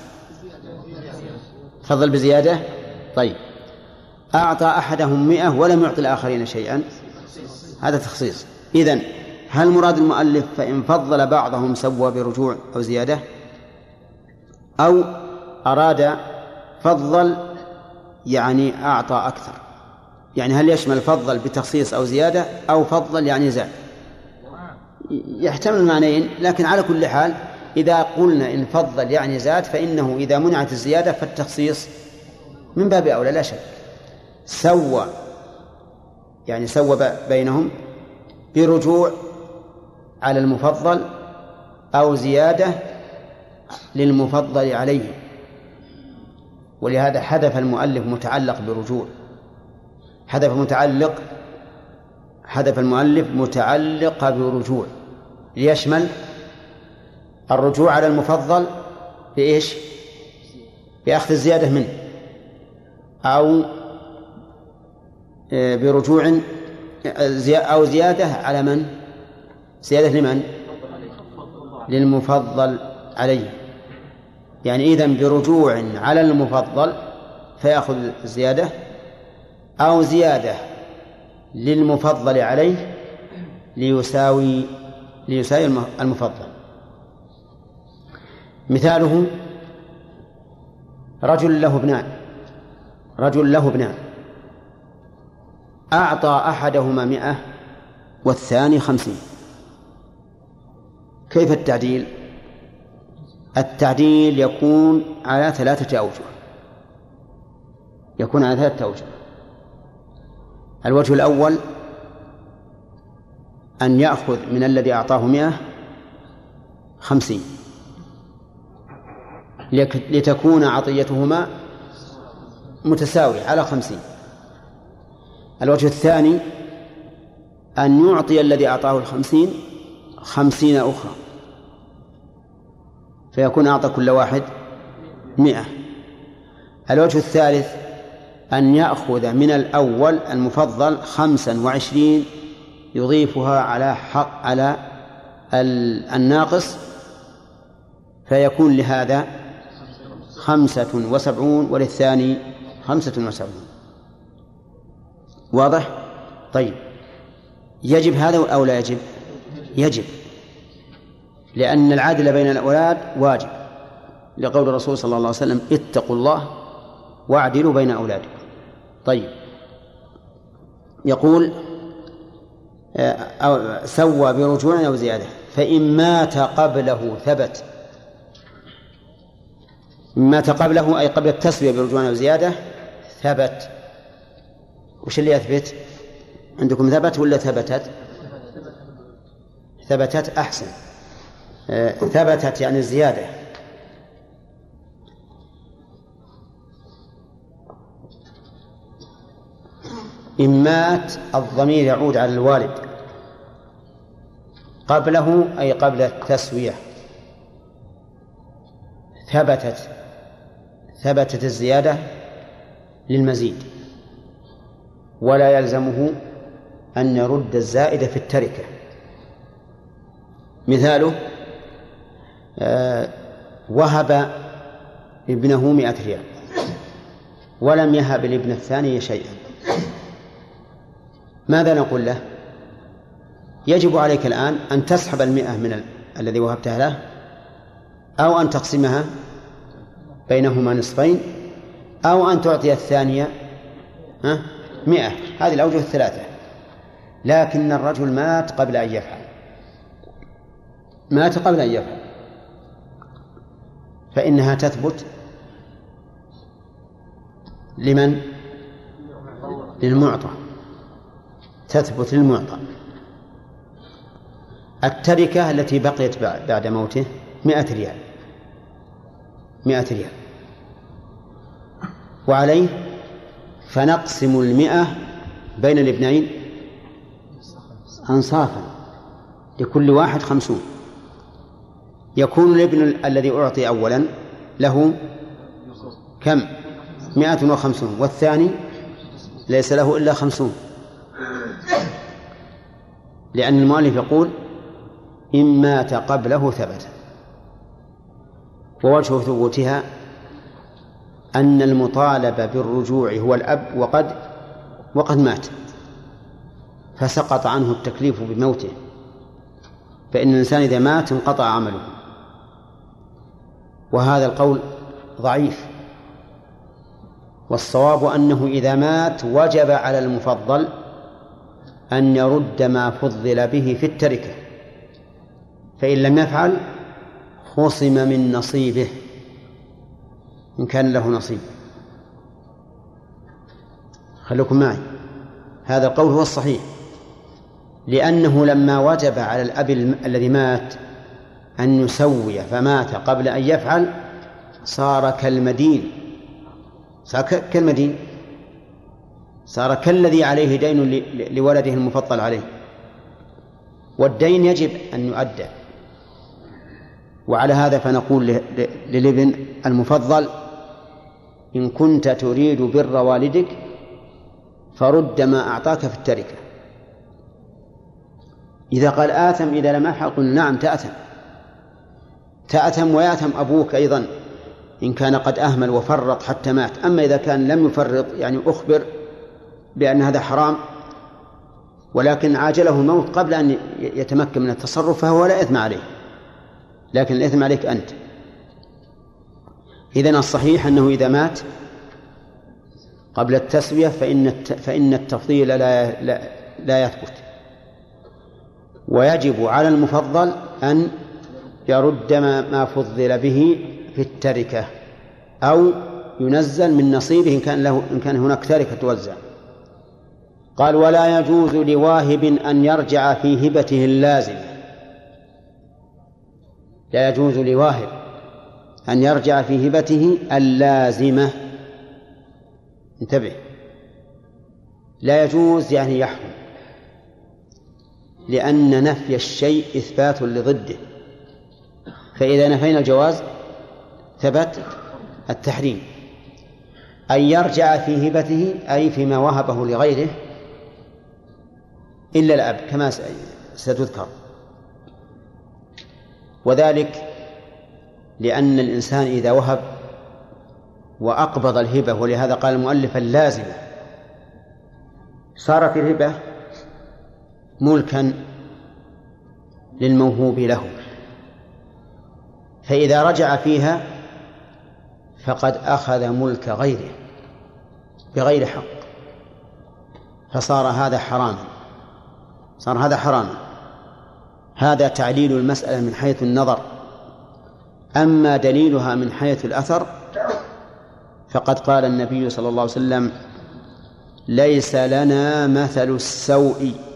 فضل بزيادة. طيب، أعطى أحدهم مئة ولم يعطي الآخرين شيئا، هذا تخصيص. إذن هل مراد المؤلف فإن فضل بعضهم سوى برجوع أو زيادة، أو أراد فضل يعني أعطى أكثر؟ يعني هل يشمل فضل بتخصيص أو زيادة أو فضل يعني زاد؟ يحتمل المعنيين، لكن على كل حال إذا قلنا إن فضل يعني زاد فإنه إذا منعت الزيادة فالتخصيص من باب أولى لا شك. سوى يعني سوى بينهم برجوع على المفضل أو زيادة للمفضل عليه، ولهذا حذف المؤلف متعلق برجوع، حذف متعلق حذف المؤلف متعلق برجوع ليشمل الرجوع على المفضل بإيش؟ بأخذ الزيادة منه، أو برجوع أو زيادة على من؟ زيادة لمن؟ للمفضل عليه. يعني إذن برجوع على المفضل فيأخذ الزيادة، أو زيادة للمفضل عليه ليساوي ليساوي المفضل. مثاله رجل له ابنان رجل له ابنان أعطى أحدهما مئة والثاني خمسين. كيف التعديل؟ التعديل يكون على ثلاثة أوجه يكون على ثلاثة أوجه. الوجه الأول أن يأخذ من الذي أعطاه مئة خمسين لتكون عطيتهما متساوية على خمسين. الوجه الثاني أن يعطي الذي أعطاه الخمسين خمسين أخرى فيكون أعطى كل واحد مئة. الوجه الثالث أن يأخذ من الأول المفضل خمسا وعشرين يضيفها على حق على الناقص فيكون لهذا خمسة وسبعون وللثاني خمسة وسبعون. واضح؟ طيب، يجب هذا أو لا يجب؟ يجب، لأن العدل بين الأولاد واجب، لقول الرسول صلى الله عليه وسلم اتقوا الله واعدلوا بين أولادكم. طيب، يقول أو سوى برجوع أو زيادة، فإن مات قبله ثبت. مات قبله أي قبل التسوية برجوع أو زيادة ثبت. وش اللي يثبت عندكم؟ ثبت ولا ثبتت؟ ثبتت أحسن. ثبتت يعني الزيادة. إن مات الضمير يعود على الوالد، قبله أي قبل التسوية. ثبتت ثبتت الزيادة للمزيد، ولا يلزمه أن يرد الزائد في التركة. مثاله آه وهب ابنه مئة ريال ولم يهب الابن الثاني شيئا، ماذا نقول له؟ يجب عليك الآن أن تسحب المئة من ال... الذي وهبتها له، أو أن تقسمها بينهما نصفين، أو أن تعطي الثانية ها مئة. هذه الأوجه الثلاثة. لكن الرجل مات قبل أن يفعل مات قبل أن يفعل فإنها تثبت لمن؟ للمعطى، تثبت للمعطى. التركة التي بقيت بعد موته مئة ريال مئة ريال وعليه فنقسم المئة بين الابنين أنصافا لكل واحد خمسون. يكون الابن الذي أعطي أولا له كم؟ مئة وخمسون، والثاني ليس له إلا خمسون، لأن المؤلف يقول إن مات قبله ثبت. ووجه ثبوتها أن المطالب بالرجوع هو الأب وقد وقد مات فسقط عنه التكليف بموته، فإن الإنسان إذا مات انقطع عمله. وهذا القول ضعيف والصواب أنه إذا مات وجب على المفضل أن يرد ما فضل به في التركة، فإن لم يفعل خصم من نصيبه إن كان له نصيب. خلوكم معي، هذا القول هو الصحيح، لأنه لما وجب على الأب الذي مات أن يسوي فمات قبل أن يفعل صار كالمدين، صار كالمدين، صار كالذي عليه دين لولده المفضل عليه، والدين يجب أن يؤدى. وعلى هذا فنقول للابن المفضل: إن كنت تريد بر والدك فرد ما أعطاك في التركة. إذا قال آثم إذا لم أفعل، قل نعم تأثم، تأثم ويأثم أبوك أيضا إن كان قد أهمل وفرط حتى مات. أما إذا كان لم يفرط، يعني أخبر بأن هذا حرام ولكن عاجله الموت قبل أن يتمكن من التصرف، فهو لا إثم عليه، لكن الإثم عليك أنت. إذن الصحيح أنه إذا مات قبل التسوية فإن فإن التفضيل لا لا, لا يثبت، ويجب على المفضل أن يرد ما فضل به في التركة أو ينزل من نصيبه إن كان له إن كان هناك تركة توزع. قال: ولا يجوز لواهب أن يرجع في هبته اللازمة. لا يجوز لواهب أن يرجع في هبته اللازمة. انتبه، لا يجوز يعني يحرم، لأن نفي الشيء إثبات لضده، فإذا نفينا الجواز ثبت التحريم. أن يرجع في هبته أي فيما وهبه لغيره إلا الأب كما ستذكر، وذلك لأن الإنسان إذا وهب وأقبض الهبة، ولهذا قال المؤلف اللازمة، صارت الهبة ملكا للموهوب له، فإذا رجع فيها فقد أخذ ملك غيره بغير حق، فصار هذا حراما، صار هذا حراما. هذا تعليل المسألة من حيث النظر. أما دليلها من حيث الأثر فقد قال النبي صلى الله عليه وسلم: ليس لنا مثل السوء